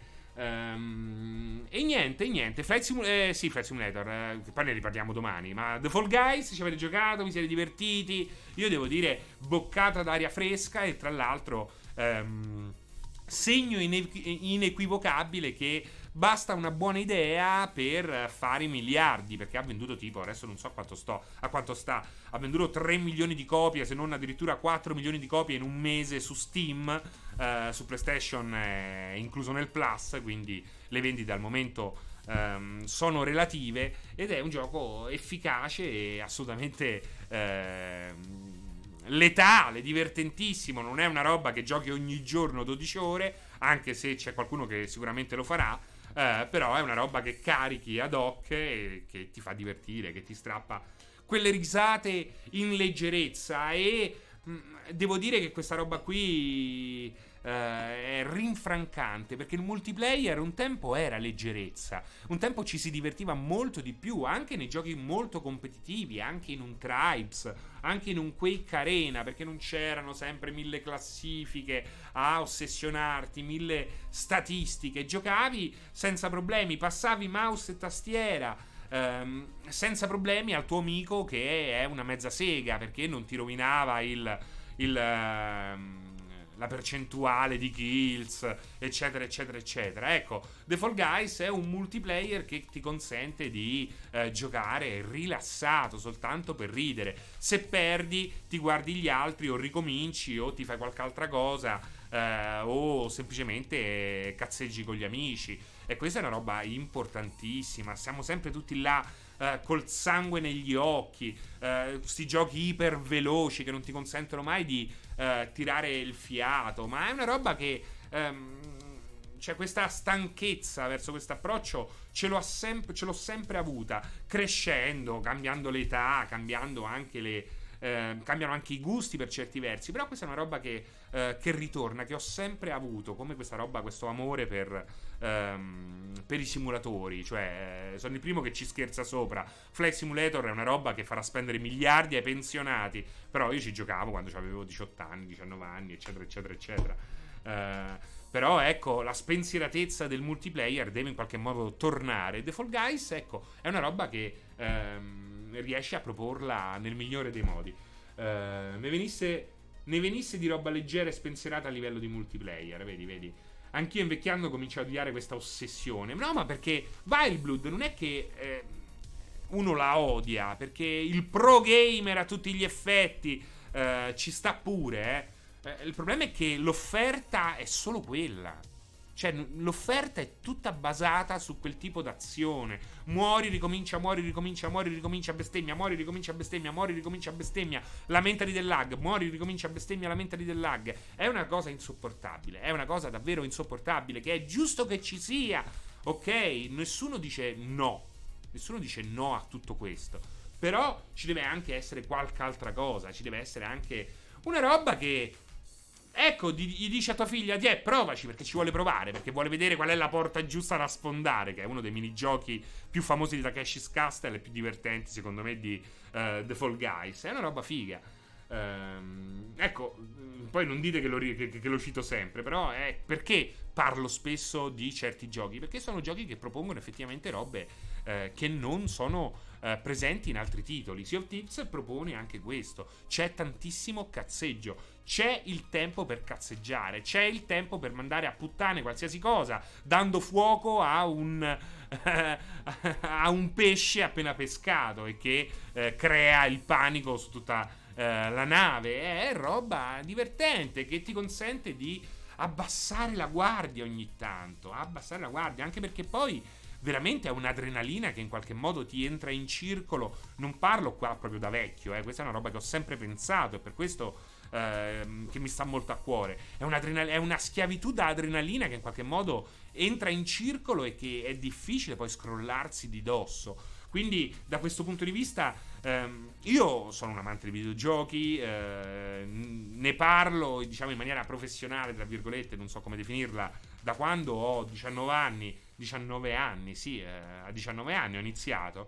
E niente, Flight Simulator, poi ne riparliamo domani. Ma The Fall Guys, ci avete giocato? Vi siete divertiti? Io devo dire, boccata d'aria fresca. E tra l'altro segno inequivocabile che basta una buona idea per fare i miliardi, perché ha venduto tipo, adesso non so a quanto sta, ha venduto 3 milioni di copie, se non addirittura 4 milioni di copie in un mese su Steam. Su PlayStation è incluso nel Plus, quindi le vendite al momento sono relative, ed è un gioco efficace e assolutamente letale, divertentissimo. Non è una roba che giochi ogni giorno 12 ore, anche se c'è qualcuno che sicuramente lo farà. Però è una roba che carichi ad hoc e che ti fa divertire, che ti strappa quelle risate in leggerezza. E devo dire che questa roba qui è rinfrancante, perché il multiplayer un tempo era leggerezza, un tempo ci si divertiva molto di più, anche nei giochi molto competitivi, anche in un Tribes, anche in un Quake Arena, perché non c'erano sempre 1000 classifiche a ossessionarti, 1000 statistiche. Giocavi senza problemi, passavi mouse e tastiera senza problemi al tuo amico che è una mezza sega, perché non ti rovinava la percentuale di kills, eccetera eccetera eccetera. Ecco, The Fall Guys è un multiplayer che ti consente di giocare rilassato, soltanto per ridere. Se perdi ti guardi gli altri, o ricominci, o ti fai qualche altra cosa, o semplicemente cazzeggi con gli amici. E questa è una roba importantissima. Siamo sempre tutti là col sangue negli occhi, questi giochi iper veloci che non ti consentono mai di tirare il fiato. Ma è una roba che cioè, questa stanchezza verso questo approccio ce l'ho sempre avuta, crescendo, cambiando l'età, cambiando anche cambiano anche i gusti per certi versi. Però questa è una roba che ritorna, che ho sempre avuto, come questa roba, questo amore per i simulatori. Cioè, sono il primo che ci scherza sopra. Flight Simulator è una roba che farà spendere miliardi ai pensionati, però io ci giocavo quando avevo 18 anni, 19 anni, eccetera eccetera eccetera. Però ecco, la spensieratezza del multiplayer deve in qualche modo tornare. The Fall Guys, ecco, è una roba che riesce a proporla nel migliore dei modi. Mi venisse ne venisse di roba leggera e spensierata a livello di multiplayer. Vedi. Anch'io invecchiando comincio a odiare questa ossessione. No, ma perché Wildblood non è che uno la odia, perché il pro gamer a tutti gli effetti ci sta pure, il problema è che l'offerta è solo quella. Cioè, l'offerta è tutta basata su quel tipo d'azione. Muori, ricomincia, bestemmia. Muori, ricomincia, bestemmia. Lamentati del lag. Muori, ricomincia, bestemmia, lamentati del lag. È una cosa insopportabile. È una cosa davvero insopportabile. Che è giusto che ci sia. Ok? Nessuno dice no. Nessuno dice no a tutto questo. Però ci deve anche essere qualche altra cosa. Ci deve essere anche una roba che... Ecco, gli dice a tua figlia, provaci, perché ci vuole provare, perché vuole vedere qual è la porta giusta da sfondare, che è uno dei minigiochi più famosi di Takeshi's Castle e più divertenti, secondo me, di The Fall Guys. È una roba figa. Ecco, poi non dite che lo cito sempre, però è perché parlo spesso di certi giochi, perché sono giochi che propongono effettivamente robe che non sono presenti in altri titoli. Sea of Thieves propone anche questo. C'è tantissimo cazzeggio, c'è il tempo per cazzeggiare, c'è il tempo per mandare a puttane qualsiasi cosa, dando fuoco a un pesce appena pescato e che crea il panico su tutta la nave. È roba divertente che ti consente di abbassare la guardia ogni tanto, anche perché poi veramente è un'adrenalina che in qualche modo ti entra in circolo. Non parlo qua proprio da vecchio, questa è una roba che ho sempre pensato e per questo che mi sta molto a cuore. È una schiavitù da adrenalina che in qualche modo entra in circolo e che è difficile poi scrollarsi di dosso. Quindi da questo punto di vista io sono un amante dei videogiochi, ne parlo diciamo in maniera professionale, tra virgolette, non so come definirla, da quando ho 19 anni, sì, a 19 anni ho iniziato.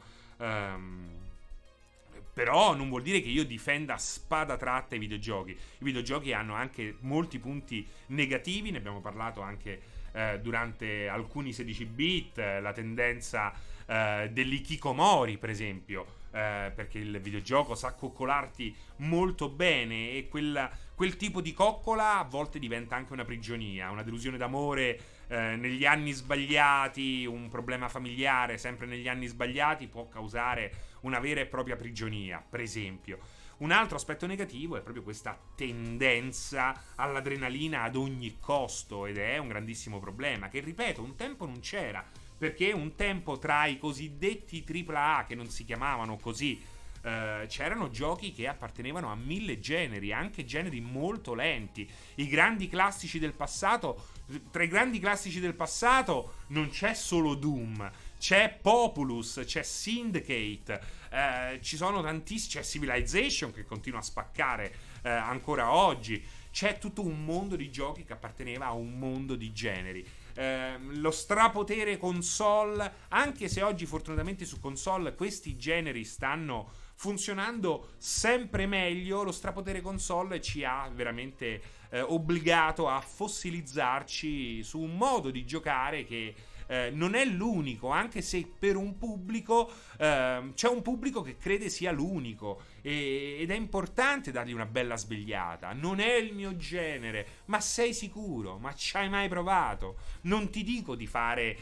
Però non vuol dire che io difenda a spada tratta i videogiochi. I videogiochi hanno anche molti punti negativi, ne abbiamo parlato anche durante alcuni 16 bit, la tendenza dell'ikikomori per esempio, perché il videogioco sa coccolarti molto bene e quel tipo di coccola a volte diventa anche una prigionia, una delusione d'amore negli anni sbagliati, un problema familiare sempre negli anni sbagliati può causare una vera e propria prigionia, per esempio. Un altro aspetto negativo è proprio questa tendenza all'adrenalina ad ogni costo, ed è un grandissimo problema che, ripeto, un tempo non c'era, perché un tempo tra i cosiddetti AAA, che non si chiamavano così, c'erano giochi che appartenevano a 1000 generi, anche generi molto lenti. I grandi classici del passato, tra i grandi classici del passato non c'è solo Doom, c'è Populous, c'è Syndicate, ci sono tantissimi, c'è Civilization che continua a spaccare ancora oggi. C'è tutto un mondo di giochi che apparteneva a un mondo di generi. Lo strapotere console, anche se oggi fortunatamente su console questi generi stanno funzionando sempre meglio, lo strapotere console ci ha veramente obbligato a fossilizzarci su un modo di giocare che non è l'unico, anche se per un pubblico c'è un pubblico che crede sia l'unico ed è importante dargli una bella svegliata. Non è il mio genere, ma sei sicuro? Ma ci hai mai provato? Non ti dico di fare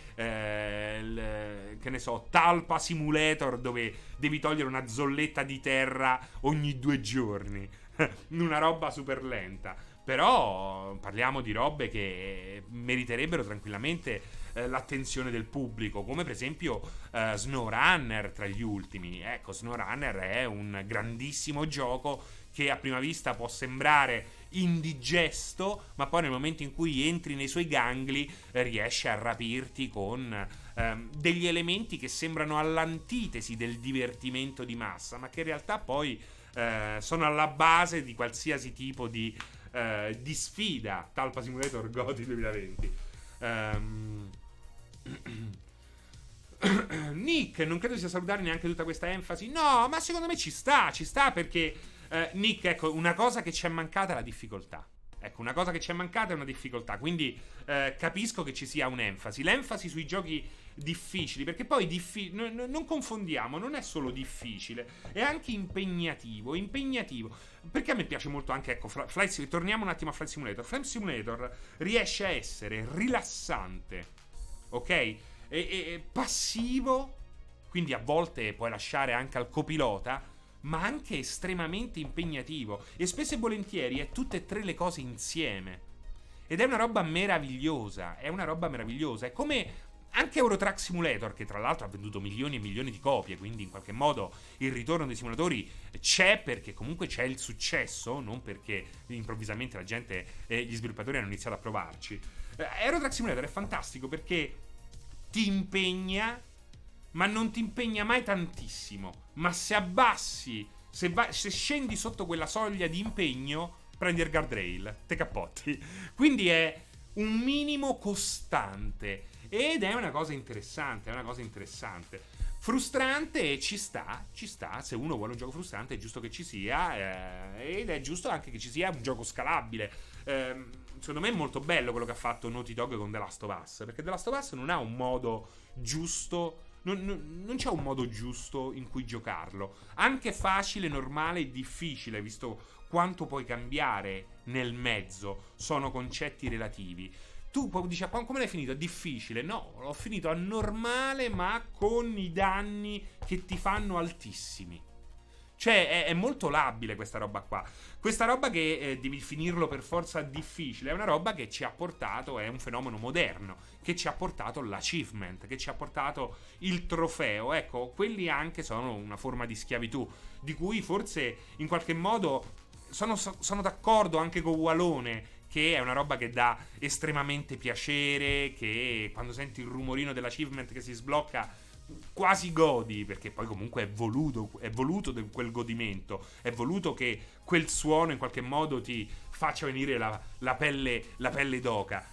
che ne so, Talpa Simulator, dove devi togliere una zolletta di terra ogni 2 giorni una roba super lenta. Però parliamo di robe che meriterebbero tranquillamente l'attenzione del pubblico, come per esempio SnowRunner tra gli ultimi. Ecco, SnowRunner è un grandissimo gioco che a prima vista può sembrare indigesto, ma poi nel momento in cui entri nei suoi gangli riesce a rapirti con degli elementi che sembrano all'antitesi del divertimento di massa, ma che in realtà poi sono alla base di qualsiasi tipo di sfida. Talpa Simulator GOTY 2020. Nick, non credo sia salutare neanche tutta questa enfasi. No, ma secondo me ci sta perché Nick, ecco, una cosa che ci è mancata è la difficoltà. Ecco, una cosa che ci è mancata è una difficoltà. Quindi capisco che ci sia un'enfasi. L'enfasi sui giochi difficili, perché poi non confondiamo, non è solo difficile, è anche impegnativo. Impegnativo. Perché a me piace molto anche, ecco, torniamo un attimo a Flight Simulator. Flight Simulator riesce a essere rilassante, ok? E passivo, quindi a volte puoi lasciare anche al copilota, ma anche estremamente impegnativo. E spesso e volentieri è tutte e tre le cose insieme. Ed è una roba meravigliosa. È una roba meravigliosa. È come anche Eurotrack Simulator, che tra l'altro ha venduto milioni e milioni di copie, quindi in qualche modo il ritorno dei simulatori c'è perché comunque c'è il successo, non perché improvvisamente la gente e gli sviluppatori hanno iniziato a provarci. Eurotrack Simulator è fantastico perché ti impegna, ma non ti impegna mai tantissimo. Ma se abbassi, se scendi sotto quella soglia di impegno, prendi il guardrail, te cappotti. Quindi è un minimo costante. Ed è una cosa interessante, è una cosa interessante. Frustrante, ci sta, se uno vuole un gioco frustrante è giusto che ci sia, ed è giusto anche che ci sia un gioco scalabile. Secondo me è molto bello quello che ha fatto Naughty Dog con The Last of Us, perché The Last of Us non ha un modo giusto, non c'è un modo giusto in cui giocarlo. Anche facile, normale e difficile, visto quanto puoi cambiare nel mezzo, sono concetti relativi. Tu dici, come l'hai finito? Difficile? No, l'ho finito a normale, ma con i danni che ti fanno altissimi. Cioè, è molto labile questa roba qua. Questa roba che devi finirlo per forza difficile è una roba che ci ha portato, è un fenomeno moderno, che ci ha portato l'achievement, che ci ha portato il trofeo. Ecco, quelli anche sono una forma di schiavitù, di cui forse in qualche modo sono d'accordo anche con Walone, che è una roba che dà estremamente piacere, che quando senti il rumorino dell'achievement che si sblocca quasi godi, perché poi comunque è voluto quel godimento, è voluto che quel suono in qualche modo ti faccia venire la pelle d'oca.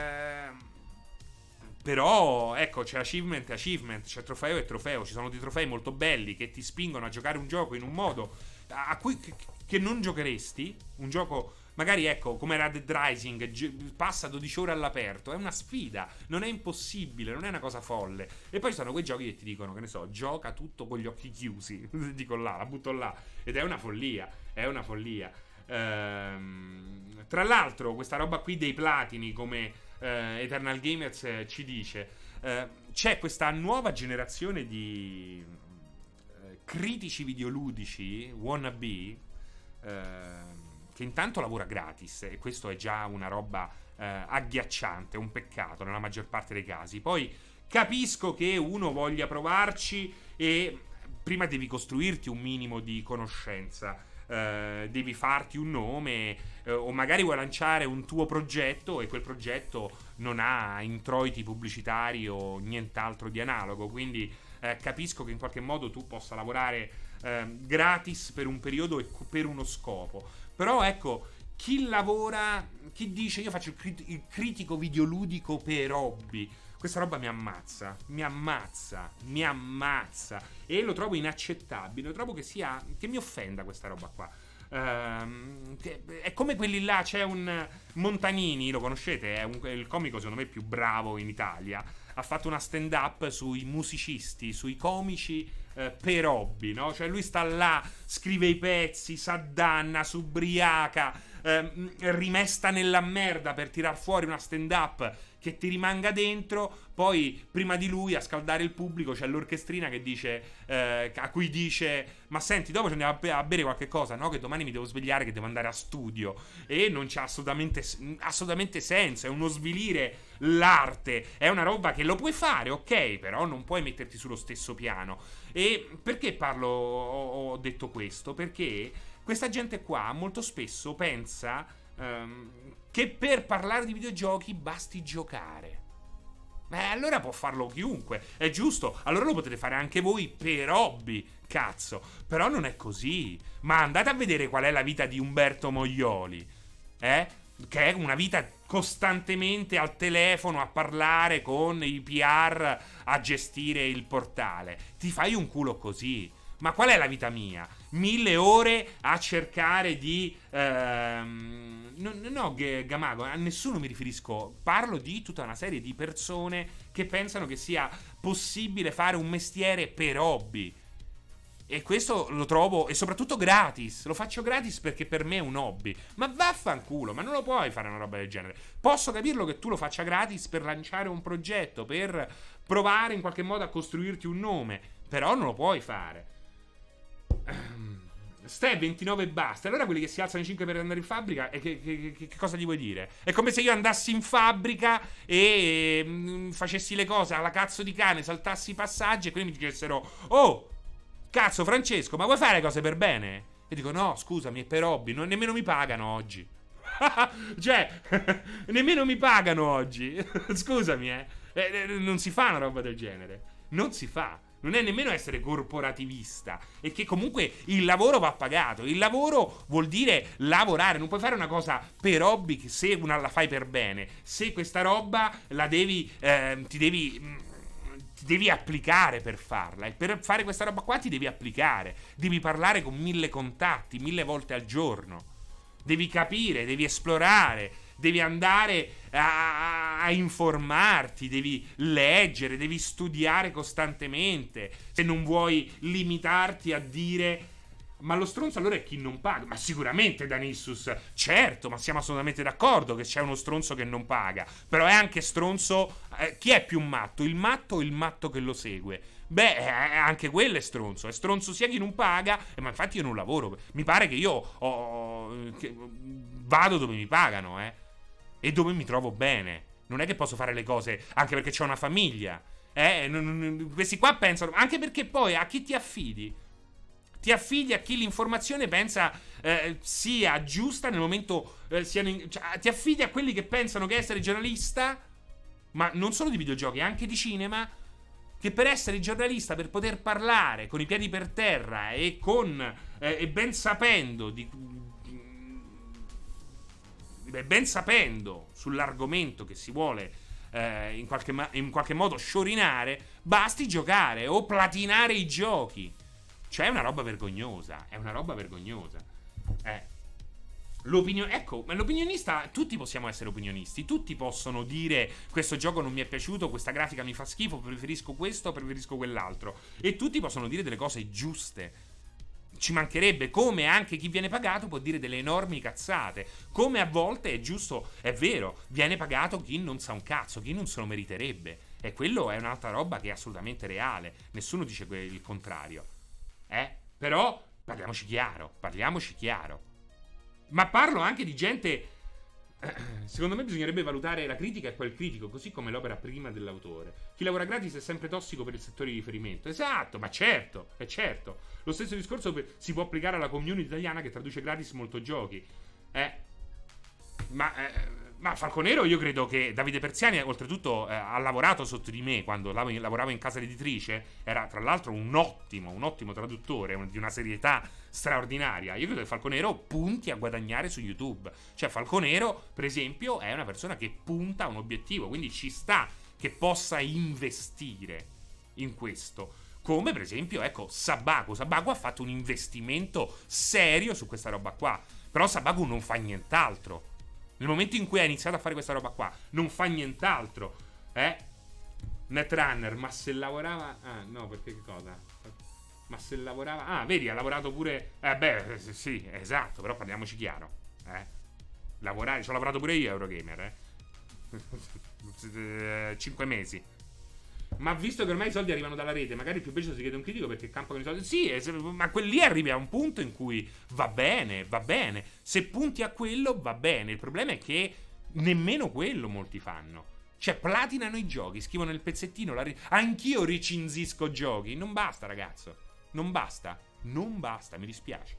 Però ecco, c'è achievement e achievement, c'è trofeo e trofeo, ci sono dei trofei molto belli che ti spingono a giocare un gioco in un modo a cui che non giocheresti, un gioco magari, ecco, come era Dead Rising, passa 12 ore all'aperto. È una sfida, non è impossibile, non è una cosa folle. E poi ci sono quei giochi che ti dicono, che ne so, gioca tutto con gli occhi chiusi. Dico là, la butto là. Ed è una follia, è una follia. Tra l'altro, questa roba qui dei platini, come Eternal Gamers ci dice, c'è questa nuova generazione di critici videoludici, wannabe, che intanto lavora gratis, e questo è già una roba agghiacciante, un peccato nella maggior parte dei casi. Poi capisco che uno voglia provarci e prima devi costruirti un minimo di conoscenza, devi farti un nome, o magari vuoi lanciare un tuo progetto e quel progetto non ha introiti pubblicitari o nient'altro di analogo, quindi capisco che in qualche modo tu possa lavorare gratis per un periodo e per uno scopo. Però ecco, chi lavora, chi dice io faccio il critico videoludico per hobby, questa roba mi ammazza. E lo trovo inaccettabile, lo trovo che mi offenda questa roba qua. È come quelli là, c'è un Montanini, lo conoscete? È il comico secondo me più bravo in Italia. Ha fatto una stand up sui musicisti, sui comici per hobby, no? Cioè lui sta là, scrive i pezzi, s'addanna, s'ubriaca, rimesta nella merda per tirar fuori una stand up che ti rimanga dentro. Poi prima di lui a scaldare il pubblico c'è l'orchestrina che dice a cui dice: ma senti, dopo ci andiamo a bere qualche cosa, no? Che domani mi devo svegliare, che devo andare a studio. E non c'ha assolutamente senso. È uno svilire l'arte. È una roba che lo puoi fare, ok, però non puoi metterti sullo stesso piano. E perché ho detto questo? Perché questa gente qua molto spesso pensa che per parlare di videogiochi basti giocare. Allora può farlo chiunque, è giusto. Allora lo potete fare anche voi per hobby, cazzo. Però non è così. Ma andate a vedere qual è la vita di Umberto Moglioli, che è una vita costantemente al telefono a parlare con i PR, a gestire il portale. Ti fai un culo così. Ma qual è la vita mia? 1000 ore a cercare di... no, Gamago, a nessuno mi riferisco. Parlo di tutta una serie di persone che pensano che sia possibile fare un mestiere per hobby. E questo lo trovo, e soprattutto gratis. Lo faccio gratis perché per me è un hobby. Ma vaffanculo, ma non lo puoi fare una roba del genere. Posso capirlo che tu lo faccia gratis per lanciare un progetto, per provare in qualche modo a costruirti un nome. Però non lo puoi fare. Stai 29 e basta. Allora quelli che si alzano i 5 per andare in fabbrica, e che cosa gli vuoi dire? È come se io andassi in fabbrica e facessi le cose alla cazzo di cane, saltassi i passaggi e quindi mi dicessero: oh, cazzo Francesco, ma vuoi fare cose per bene? E dico: no, scusami, è per hobby, nemmeno mi pagano oggi. Cioè, nemmeno mi pagano oggi. Scusami, non si fa una roba del genere. Non si fa. Non è nemmeno essere corporativista. E che comunque il lavoro va pagato. Il lavoro vuol dire lavorare. Non puoi fare una cosa per hobby se una la fai per bene. Se questa roba la devi ti devi applicare per farla. E per fare questa roba qua ti devi applicare. Devi parlare con 1000 contatti, 1000 volte al giorno. Devi capire, devi esplorare, devi andare a informarti, devi leggere, devi studiare costantemente. Se non vuoi limitarti a dire: ma lo stronzo allora è chi non paga. Ma sicuramente, Danissus, certo, ma siamo assolutamente d'accordo che c'è uno stronzo che non paga. Però è anche stronzo. Chi è più matto? Il matto o il matto che lo segue? Beh, anche quello è stronzo sia chi non paga, ma infatti io non lavoro. Mi pare che io vado dove mi pagano, e dove mi trovo bene. Non è che posso fare le cose anche perché c'ho una famiglia. Questi qua pensano, anche perché poi a chi ti affidi? Ti affidi a chi l'informazione pensa sia giusta nel momento ti affidi a quelli che pensano che essere giornalista, ma non solo di videogiochi, anche di cinema, che per essere giornalista, per poter parlare con i piedi per terra e ben sapendo ben sapendo sull'argomento che si vuole in qualche modo sciorinare, basti giocare o platinare i giochi. Cioè è una roba vergognosa. Ecco, ma l'opinionista, tutti possiamo essere opinionisti, tutti possono dire: questo gioco non mi è piaciuto, questa grafica mi fa schifo, preferisco questo, preferisco quell'altro. E tutti possono dire delle cose giuste. Ci mancherebbe, come anche chi viene pagato può dire delle enormi cazzate. Come a volte è giusto, è vero, viene pagato chi non sa un cazzo, chi non se lo meriterebbe. E quello è un'altra roba che è assolutamente reale. Nessuno dice il contrario. Però parliamoci chiaro. Ma parlo anche di gente. Secondo me bisognerebbe valutare la critica e poi il critico, così come l'opera prima dell'autore. Chi lavora gratis è sempre tossico per il settore di riferimento. Esatto, ma certo, è certo. Lo stesso discorso si può applicare alla community italiana che traduce gratis molto giochi. Ma Falconero, io credo che Davide Persiani, oltretutto, ha lavorato sotto di me quando lavoravo in casa editrice. Era tra l'altro un ottimo traduttore, di una serietà straordinaria. Io credo che Falconero punti a guadagnare su YouTube. Cioè Falconero, per esempio, è una persona che punta a un obiettivo, quindi ci sta che possa investire in questo. Come per esempio, ecco, Sabaku ha fatto un investimento serio su questa roba qua. Però Sabaku non fa nient'altro. Nel momento in cui ha iniziato a fare questa roba qua, non fa nient'altro. Netrunner, ma se lavorava... Ah, no, perché che cosa? Ma se lavorava... Ah, vedi, ha lavorato pure... sì, esatto, però parliamoci chiaro. Lavorare... Ci ho lavorato pure io, Eurogamer, 5 mesi. Ma visto che ormai i soldi arrivano dalla rete, magari più peggio si chiede un critico perché campa con i soldi. Sì, ma lì arrivi a un punto in cui va bene. Se punti a quello, va bene. Il problema è che nemmeno quello molti fanno. Cioè, platinano i giochi, scrivono nel pezzettino. Anch'io recensisco giochi. Non basta, ragazzo. Non basta, mi dispiace.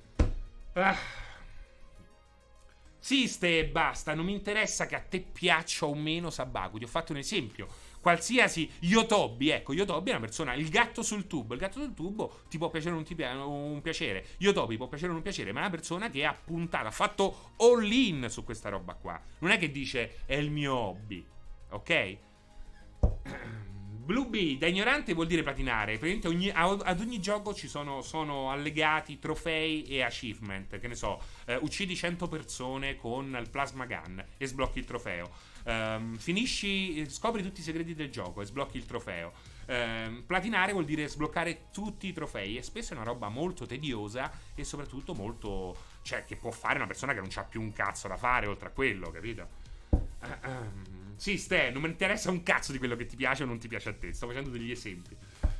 Sì, basta. Non mi interessa che a te piaccia o meno Sabaku. Ti ho fatto un esempio. Qualsiasi Yotobi, ecco, Yotobi è una persona, il gatto sul tubo ti può piacere o non un piacere. Yotobi può piacere o non piacere, ma è una persona che ha puntato, ha fatto all in su questa roba qua. Non è che dice è il mio hobby, ok? Blue B, da ignorante vuol dire platinare. Praticamente ad ogni gioco sono allegati trofei e achievement. Che ne so, uccidi 100 persone con il plasma gun e sblocchi il trofeo. Scopri tutti i segreti del gioco e sblocchi il trofeo. Platinare vuol dire sbloccare tutti i trofei. E spesso è una roba molto tediosa e soprattutto molto, cioè, che può fare una persona che non c'ha più un cazzo da fare oltre a quello, capito? Sì, Ste, non mi interessa un cazzo di quello che ti piace o non ti piace a te. Sto facendo degli esempi.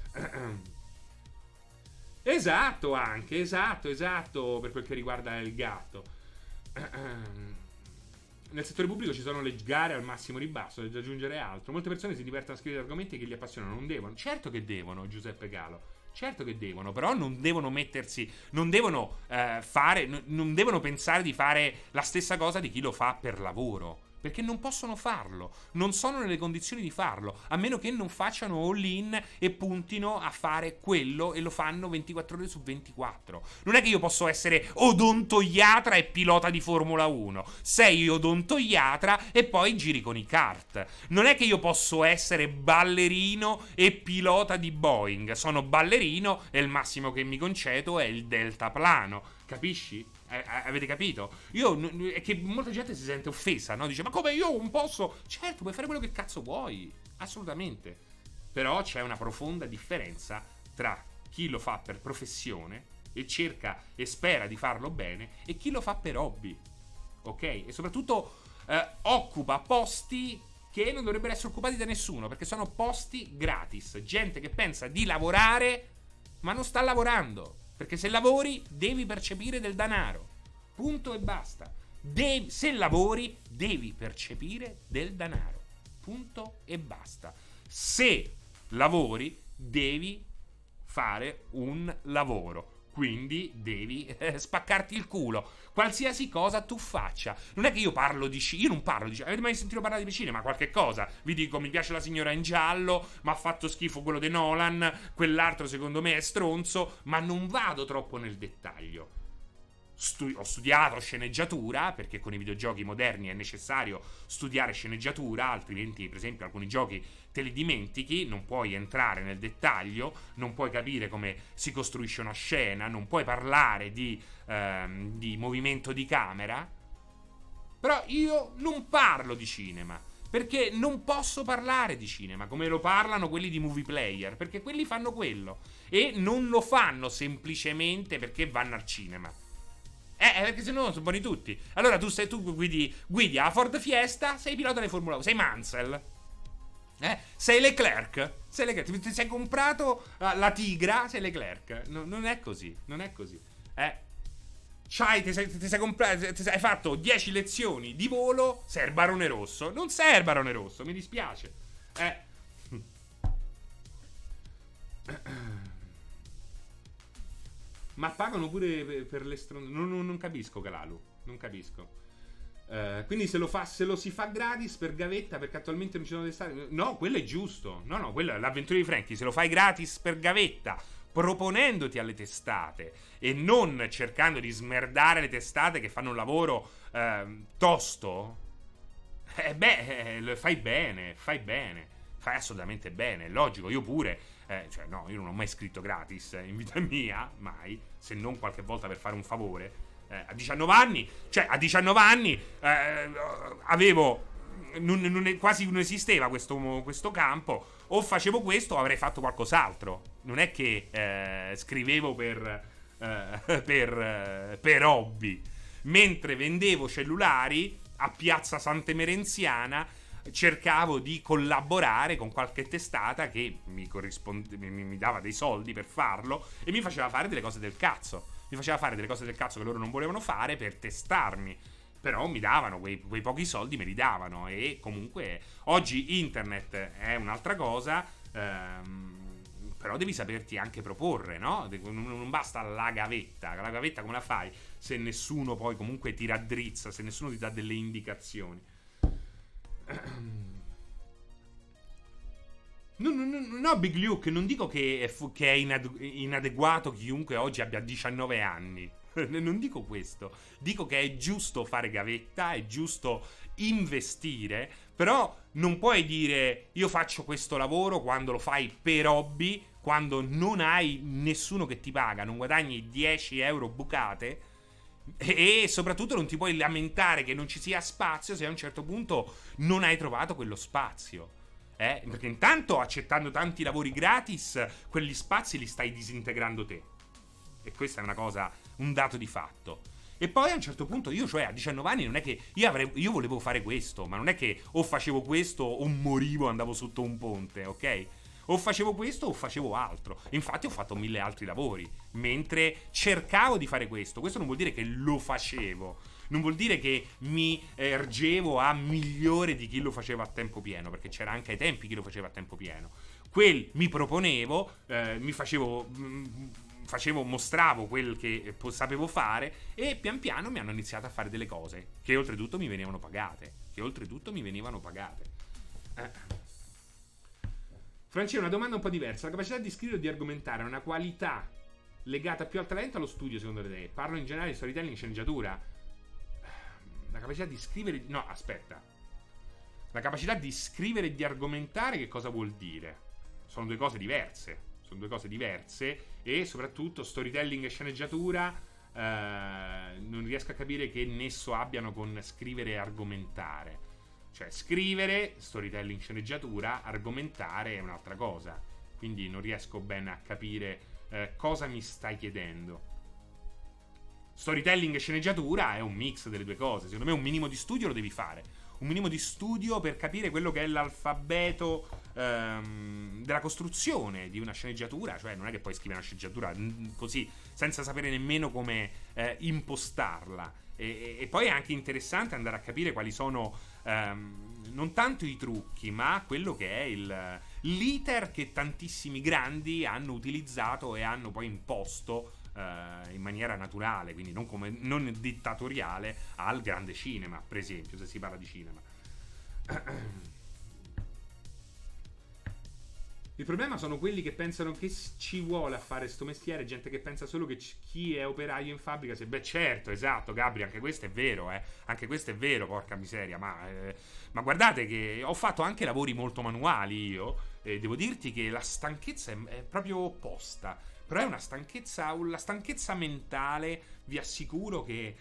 Esatto, anche, esatto, per quel che riguarda il gatto. Nel settore pubblico ci sono le gare al massimo ribasso, devo aggiungere altro. Molte persone si divertono a scrivere argomenti che li appassionano, non devono. Certo che devono, Giuseppe Calo. Certo che devono, però non devono mettersi, non devono non devono pensare di fare la stessa cosa di chi lo fa per lavoro. Perché non possono farlo, non sono nelle condizioni di farlo, a meno che non facciano all-in e puntino a fare quello e lo fanno 24 ore su 24. Non è che io posso essere odontoiatra e pilota di Formula 1. Sei odontoiatra e poi giri con i kart. Non è che io posso essere ballerino e pilota di Boeing. Sono ballerino e il massimo che mi concedo è il deltaplano. Capisci? Avete capito? È che molta gente si sente offesa, no? Dice, ma come io non posso? Certo, puoi fare quello che cazzo vuoi. Assolutamente. Però c'è una profonda differenza tra chi lo fa per professione e cerca e spera di farlo bene e chi lo fa per hobby. Ok? E soprattutto occupa posti che non dovrebbero essere occupati da nessuno, perché sono posti gratis. Gente che pensa di lavorare ma non sta lavorando. Perché se lavori devi percepire del denaro. Punto e basta. Se lavori devi percepire del denaro. Punto e basta. Se lavori devi fare un lavoro. Quindi devi spaccarti il culo. Qualsiasi cosa tu faccia. Non è che io parlo di cinema. Io non parlo di cinema. Avete mai sentito parlare di cinema? Qualche cosa. Vi dico, mi piace La signora in giallo. Ma ha fatto schifo quello di Nolan. Quell'altro secondo me è stronzo. Ma non vado troppo nel dettaglio. Ho studiato sceneggiatura, perché con i videogiochi moderni è necessario studiare sceneggiatura, altrimenti per esempio alcuni giochi te li dimentichi, non puoi entrare nel dettaglio, non puoi capire come si costruisce una scena, non puoi parlare di movimento di camera. Però io non parlo di cinema, perché non posso parlare di cinema come lo parlano quelli di Movie Player, perché quelli fanno quello e non lo fanno semplicemente perché vanno al cinema. Perché se no sono buoni tutti. Allora tu guidi a Ford Fiesta, sei pilota di Formula 1, sei Mansell. Sei Leclerc. Ti sei comprato la Tigra, sei Leclerc. Non è così, non è così. Hai fatto 10 lezioni di volo, sei il Barone Rosso. Non sei il Barone Rosso, mi dispiace. Ma pagano pure per le stronze. Non capisco, Calalu. Non capisco. Quindi se lo si fa gratis per gavetta, perché attualmente non ci sono testate. No, quello è giusto. No, quello è l'avventura di Frankie. Se lo fai gratis per gavetta, proponendoti alle testate e non cercando di smerdare le testate che fanno un lavoro tosto, fai bene. Fai assolutamente bene. È logico, io pure. Io non ho mai scritto gratis in vita mia, mai, se non qualche volta per fare un favore. A 19 anni, avevo. Quasi non esisteva questo campo. O facevo questo o avrei fatto qualcos'altro. Non è che scrivevo per hobby. Mentre vendevo cellulari a Piazza Sant'Emerenziana, cercavo di collaborare con qualche testata che mi dava dei soldi per farlo e mi faceva fare delle cose del cazzo. Mi faceva fare delle cose del cazzo che loro non volevano fare per testarmi. Però mi davano quei pochi soldi, me li davano. E comunque oggi internet è un'altra cosa. Però devi saperti anche proporre, no? Non basta la gavetta. La gavetta come la fai se nessuno poi comunque ti raddrizza, se nessuno ti dà delle indicazioni? No, Big Luke, non dico che è inadeguato chiunque oggi abbia 19 anni. Non dico questo. Dico che è giusto fare gavetta, è giusto investire, però non puoi dire io faccio questo lavoro quando lo fai per hobby, quando non hai nessuno che ti paga, non guadagni 10 euro bucate e soprattutto non ti puoi lamentare che non ci sia spazio se a un certo punto non hai trovato quello spazio. Perché intanto accettando tanti lavori gratis, quegli spazi li stai disintegrando te. E questa è una cosa, un dato di fatto. E poi a un certo punto io, cioè a 19 anni, non è che io volevo fare questo, ma non è che o facevo questo o morivo, andavo sotto un ponte, ok? O facevo questo o facevo altro. Infatti ho fatto 1000 altri lavori mentre cercavo di fare questo. Questo non vuol dire che lo facevo, non vuol dire che mi ergevo a migliore di chi lo faceva a tempo pieno, perché c'era anche ai tempi chi lo faceva a tempo pieno. Mi proponevo, mostravo quel che sapevo fare e pian piano mi hanno iniziato a fare delle cose che oltretutto mi venivano pagate. Francesco, una domanda un po' diversa. La capacità di scrivere e di argomentare è una qualità legata più al talento o allo studio, secondo te? Parlo in generale di storytelling, sceneggiatura. La capacità di scrivere... No, aspetta. La capacità di scrivere e di argomentare che cosa vuol dire? Sono due cose diverse. E soprattutto storytelling e sceneggiatura non riesco a capire che nesso abbiano con scrivere e argomentare. Cioè scrivere, storytelling, sceneggiatura, argomentare è un'altra cosa. Quindi non riesco bene a capire cosa mi stai chiedendo. Storytelling e sceneggiatura è un mix delle due cose. Secondo me un minimo di studio lo devi fare. Un minimo di studio per capire quello che è l'alfabeto della costruzione di una sceneggiatura. Cioè non è che puoi scrivere una sceneggiatura così senza sapere nemmeno come impostarla. E poi è anche interessante andare a capire quali sono non tanto i trucchi, ma quello che è l'iter che tantissimi grandi hanno utilizzato e hanno poi imposto in maniera naturale, quindi non dittatoriale, al grande cinema, per esempio, se si parla di cinema. Il problema sono quelli che pensano che ci vuole a fare sto mestiere, gente che pensa solo che chi è operaio in fabbrica beh certo, esatto, Gabri, anche questo è vero, anche questo è vero, porca miseria, ma guardate che ho fatto anche lavori molto manuali io, e devo dirti che la stanchezza è proprio opposta, però è una stanchezza, la stanchezza mentale, vi assicuro che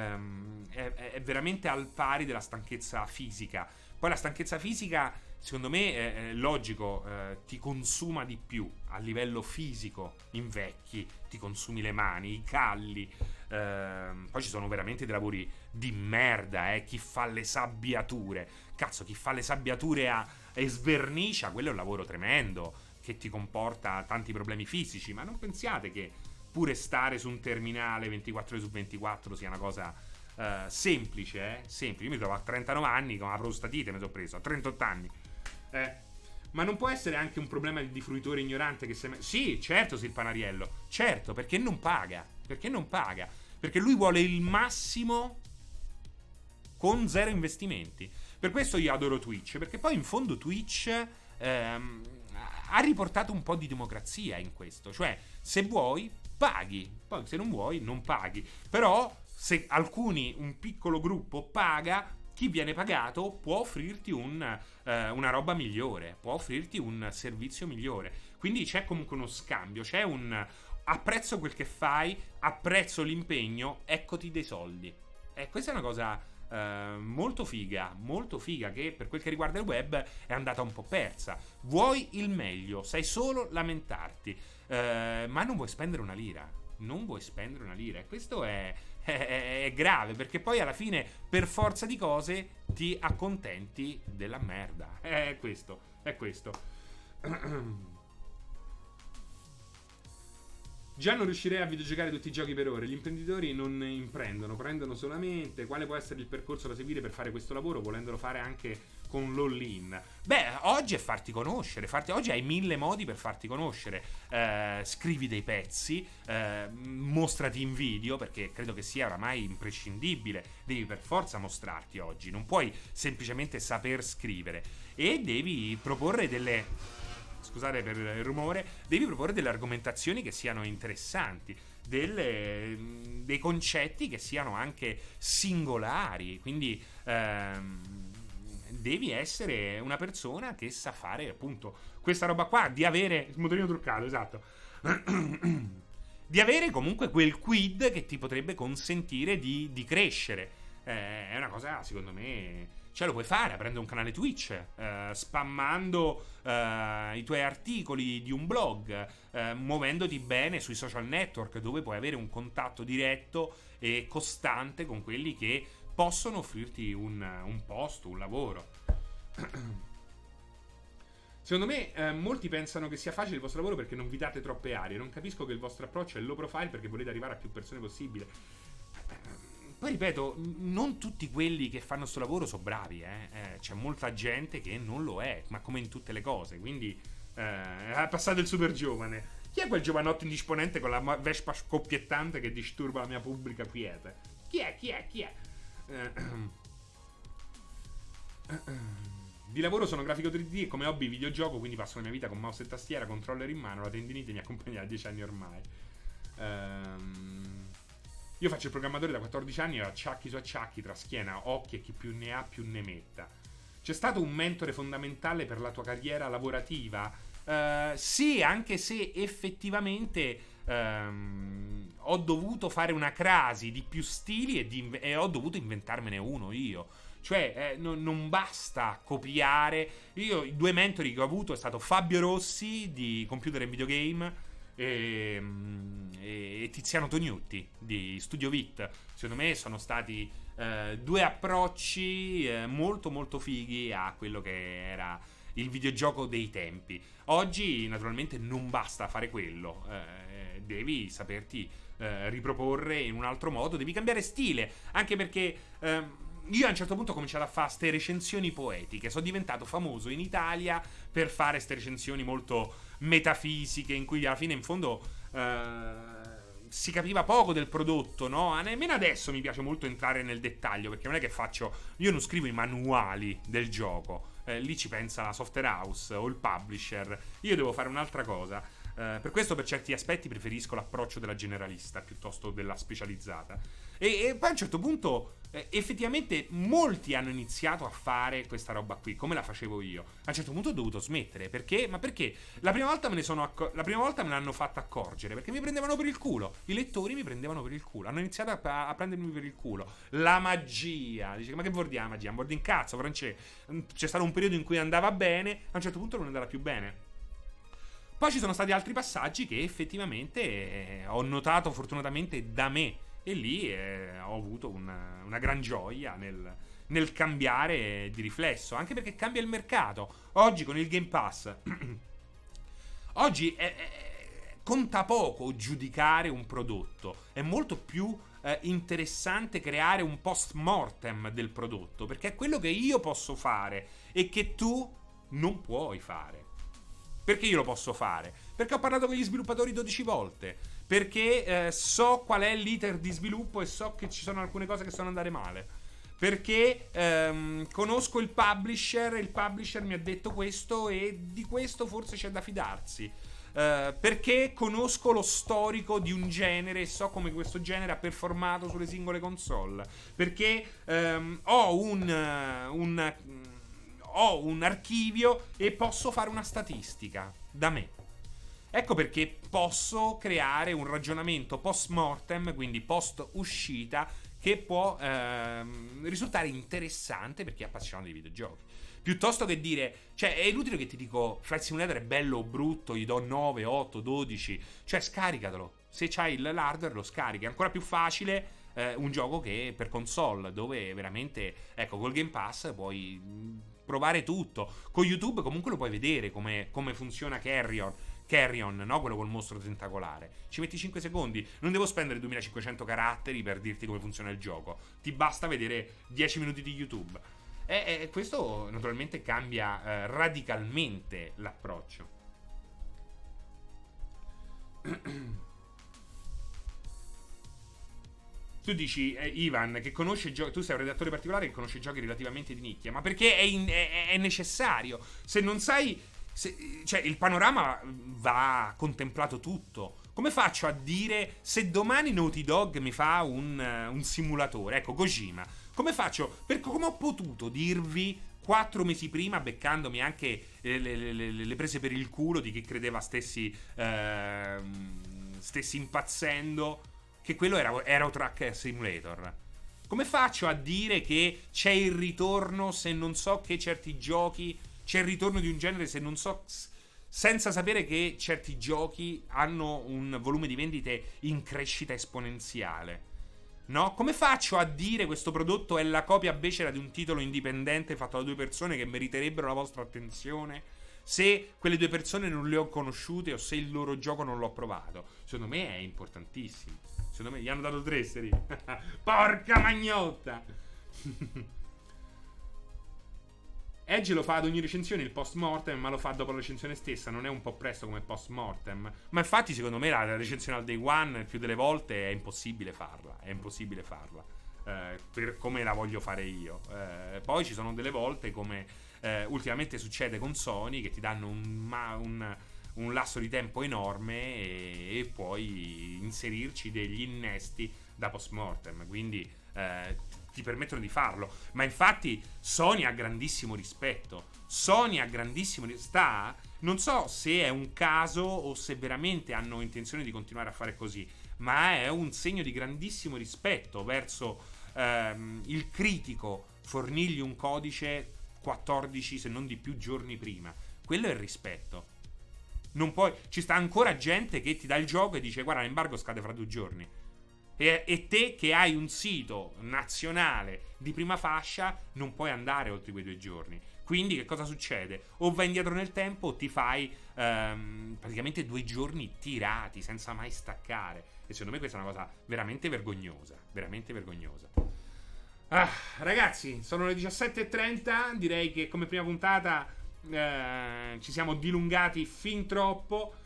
è veramente al pari della stanchezza fisica. Poi la stanchezza fisica, secondo me, è logico, ti consuma di più a livello fisico, invecchi, ti consumi le mani, i calli. Poi ci sono veramente dei lavori di merda, chi fa le sabbiature. Cazzo, chi fa le sabbiature e svernicia, quello è un lavoro tremendo, che ti comporta tanti problemi fisici. Ma non pensiate che pure stare su un terminale 24 ore su 24 sia una cosa semplice, semplice. Io mi trovo a 39 anni con la prostatite, mi sono preso a 38 anni. Ma non può essere anche un problema di fruitore ignorante che sì, certo, Sil Panariello, certo, perché non paga, perché lui vuole il massimo con zero investimenti. Per questo io adoro Twitch, perché poi in fondo Twitch ha riportato un po' di democrazia in questo, cioè se vuoi paghi, poi se non vuoi non paghi, però se un piccolo gruppo paga, chi viene pagato può offrirti una roba migliore, può offrirti un servizio migliore. Quindi c'è comunque uno scambio, c'è un apprezzo quel che fai, apprezzo l'impegno, eccoti dei soldi. E questa è una cosa molto figa, che per quel che riguarda il web è andata un po' persa. Vuoi il meglio, sai solo lamentarti, ma non vuoi spendere una lira. E questo è grave, perché poi alla fine per forza di cose ti accontenti della merda. È questo. Già non riuscirei a videogiocare tutti i giochi per ore. Gli imprenditori non imprendono, prendono solamente. Quale può essere il percorso da seguire per fare questo lavoro, volendolo fare anche con l'all-in? Beh, oggi è farti conoscere. Oggi hai 1000 modi per farti conoscere. Scrivi dei pezzi, mostrati in video, perché credo che sia oramai imprescindibile. Devi per forza mostrarti oggi. Non puoi semplicemente saper scrivere. E devi proporre scusate per il rumore, devi proporre delle argomentazioni che siano interessanti, dei concetti che siano anche singolari. Quindi devi essere una persona che sa fare appunto questa roba qua, di avere il motorino truccato, esatto. Di avere comunque quel quid che ti potrebbe consentire di crescere. È una cosa, secondo me, cioè lo puoi fare aprendo un canale Twitch, spammando i tuoi articoli di un blog, muovendoti bene sui social network, dove puoi avere un contatto diretto e costante con quelli che possono offrirti un posto, un lavoro. Secondo me molti pensano che sia facile il vostro lavoro perché non vi date troppe aree. Non capisco che il vostro approccio è low profile perché volete arrivare a più persone possibile. Poi ripeto, non tutti quelli che fanno sto lavoro sono bravi, c'è molta gente che non lo è, ma come in tutte le cose. Quindi è passato il super giovane. Chi è quel giovanotto indisponente con la vespa scoppiettante che disturba la mia pubblica quiete? Chi è? Di lavoro sono grafico 3D e come hobby videogioco, quindi passo la mia vita con mouse e tastiera, controller in mano, la tendinite mi accompagna da 10 anni ormai. Io faccio il programmatore da 14 anni e ho acciacchi su acciacchi tra schiena, occhi e chi più ne ha più ne metta. C'è stato un mentore fondamentale per la tua carriera lavorativa? Sì, anche se effettivamente ho dovuto fare una crasi di più stili e ho dovuto inventarmene uno io. Cioè non basta copiare. Io i due mentori che ho avuto è stato Fabio Rossi di Computer and Videogame e Tiziano Tognutti di Studio Vit. Secondo me sono stati due approcci molto molto fighi a quello che era il videogioco dei tempi. Oggi naturalmente non basta fare quello, devi saperti riproporre in un altro modo, devi cambiare stile, anche perché io a un certo punto ho cominciato a fare ste recensioni poetiche. Sono diventato famoso in Italia per fare ste recensioni molto metafisiche, in cui alla fine in fondo si capiva poco del prodotto, no? Nemmeno adesso mi piace molto entrare nel dettaglio, perché non è che io non scrivo i manuali del gioco, lì ci pensa la software house o il publisher. Io devo fare un'altra cosa. Per questo per certi aspetti preferisco l'approccio della generalista piuttosto della specializzata. E poi a un certo punto effettivamente molti hanno iniziato a fare questa roba qui come la facevo io. A un certo punto ho dovuto smettere. Perché? Ma perché? La prima volta me l'hanno fatta accorgere, perché mi prendevano per il culo. I lettori mi prendevano per il culo. Hanno iniziato a prendermi per il culo. La magia. Dice, ma che vuol dire la magia? Un cazzo, francese. C'è stato un periodo in cui andava bene, a un certo punto non andava più bene. Poi ci sono stati altri passaggi che effettivamente ho notato fortunatamente da me. E lì ho avuto una gran gioia nel cambiare di riflesso. Anche perché cambia il mercato. Oggi con il Game Pass oggi conta poco giudicare un prodotto. È molto più interessante creare un post mortem del prodotto, perché è quello che io posso fare e che tu non puoi fare. Perché io lo posso fare? Perché ho parlato con gli sviluppatori 12 volte. Perché so qual è l'iter di sviluppo e so che ci sono alcune cose che sono andate male. Perché conosco il publisher e il publisher mi ha detto questo e di questo forse c'è da fidarsi. Perché conosco lo storico di un genere e so come questo genere ha performato sulle singole console. Perché ho un archivio e posso fare una statistica da me. Ecco perché posso creare un ragionamento post mortem, quindi post uscita, che può risultare interessante per chi è appassionato di videogiochi. Piuttosto che dire, cioè è inutile che ti dico Flight Simulator è bello o brutto, gli do 9, 8, 12, cioè scaricatelo. Se c'hai l'hardware lo scarichi. È ancora più facile un gioco che per console, dove veramente, ecco, col Game Pass puoi provare tutto. Con YouTube comunque lo puoi vedere come funziona Carrion, no? Quello col mostro tentacolare. Ci metti 5 secondi. Non devo spendere 2500 caratteri per dirti come funziona il gioco. Ti basta vedere 10 minuti di YouTube. E questo naturalmente cambia radicalmente l'approccio. Tu dici, Ivan, che conosce giochi. Tu sei un redattore particolare che conosce giochi relativamente di nicchia. Ma perché è necessario? Se non sai. Cioè, il panorama va contemplato tutto. Come faccio a dire se domani Naughty Dog mi fa un simulatore? Ecco, Kojima. Come faccio? Come ho potuto dirvi 4 mesi prima, beccandomi anche le prese per il culo di chi credeva stessi impazzendo, che quello era Euro Truck Simulator? Come faccio a dire che c'è il ritorno se non so che certi giochi, c'è il ritorno di un genere se non so, senza sapere che certi giochi hanno un volume di vendite in crescita esponenziale? No? Come faccio a dire questo prodotto è la copia becera di un titolo indipendente fatto da 2 persone che meriterebbero la vostra attenzione, se quelle 2 persone non le ho conosciute o se il loro gioco non l'ho provato? Secondo me è importantissimo. Secondo me gli hanno dato 3 seri. Porca magnotta. Edge lo fa ad ogni recensione il post mortem, ma lo fa dopo la recensione stessa. Non è un po' presto come post mortem. Ma infatti secondo me la recensione al day one il più delle volte è impossibile farla. È impossibile farla per come la voglio fare io. Poi ci sono delle volte, come ultimamente succede con Sony, che ti danno un lasso di tempo enorme e puoi inserirci degli innesti da post mortem. Quindi ti permettono di farlo. Ma infatti Sony ha grandissimo rispetto. Sony ha grandissimo rispetto. Non so se è un caso o se veramente hanno intenzione di continuare a fare così, ma è un segno di grandissimo rispetto verso il critico. Fornirgli un codice 14 se non di più giorni prima. Quello è il rispetto. Non puoi. Ci sta ancora gente che ti dà il gioco e dice: guarda, l'embargo scade fra 2 giorni. E te che hai un sito nazionale di prima fascia non puoi andare oltre quei 2 giorni. Quindi che cosa succede? O vai indietro nel tempo o ti fai praticamente 2 giorni tirati senza mai staccare. E secondo me questa è una cosa veramente vergognosa. Veramente vergognosa. Ragazzi, sono le 17:30. Direi che come prima puntata ci siamo dilungati fin troppo.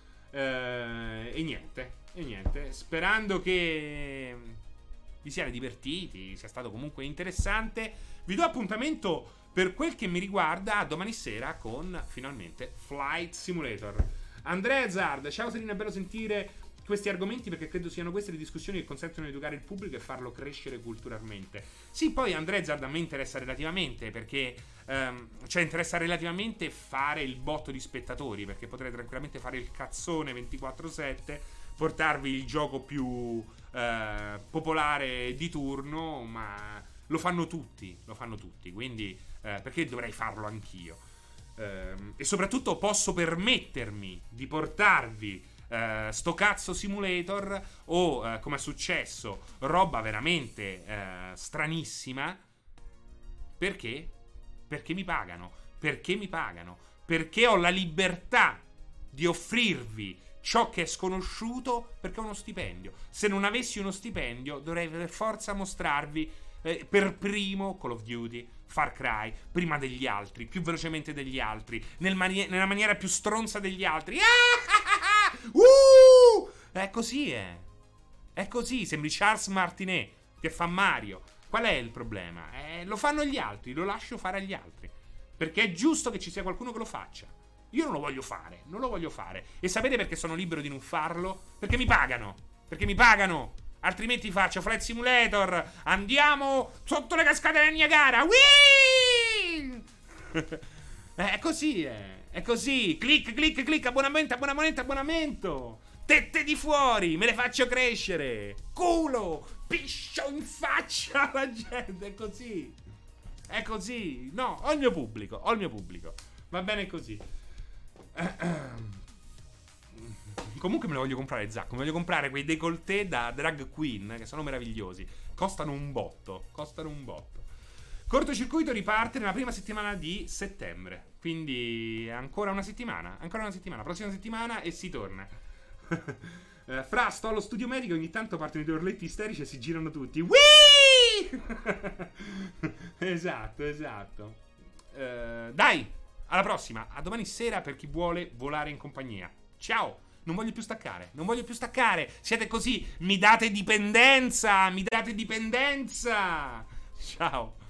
E niente. Sperando che vi siate divertiti, sia stato comunque interessante. Vi do appuntamento, per quel che mi riguarda, domani sera con finalmente Flight Simulator. Andrea Zard, ciao Serena, è bello sentire questi argomenti perché credo siano queste le discussioni che consentono di educare il pubblico e farlo crescere culturalmente. Sì, poi Andrea Zard a me interessa relativamente perché interessa relativamente fare il botto di spettatori, perché potrei tranquillamente fare il cazzone 24/7, portarvi il gioco più popolare di turno, ma lo fanno tutti, quindi perché dovrei farlo anch'io? E soprattutto posso permettermi di portarvi sto cazzo simulator o come è successo roba veramente stranissima perché mi pagano, perché ho la libertà di offrirvi ciò che è sconosciuto, perché ho uno stipendio. Se non avessi uno stipendio dovrei per forza mostrarvi per primo Call of Duty, Far Cry, prima degli altri, più velocemente degli altri, nella maniera più stronza degli altri. È così, è così, sembri Charles Martinet che fa Mario. Qual è il problema? Lo fanno gli altri, lo lascio fare agli altri, perché è giusto che ci sia qualcuno che lo faccia. Io non lo voglio fare. E sapete perché sono libero di non farlo? Perché mi pagano. Altrimenti faccio Flight Simulator. Andiamo sotto le cascate del Niagara. Whee! È così. Clic. Abbonamento. Tette di fuori. Me le faccio crescere. Culo. Piscio in faccia alla gente. È così. No, ho il mio pubblico. Va bene così. Comunque me lo voglio comprare, Zacco. Mi voglio comprare quei décolleté da drag queen che sono meravigliosi. Costano un botto. Cortocircuito riparte nella prima settimana di settembre. Quindi ancora una settimana. Prossima settimana e si torna. Fra, sto allo studio medico. Ogni tanto partono i due orletti isterici e si girano tutti. Whee! Esatto. Dai, alla prossima. A domani sera per chi vuole volare in compagnia. Ciao. Non voglio più staccare. Siete così. Mi date dipendenza. Ciao.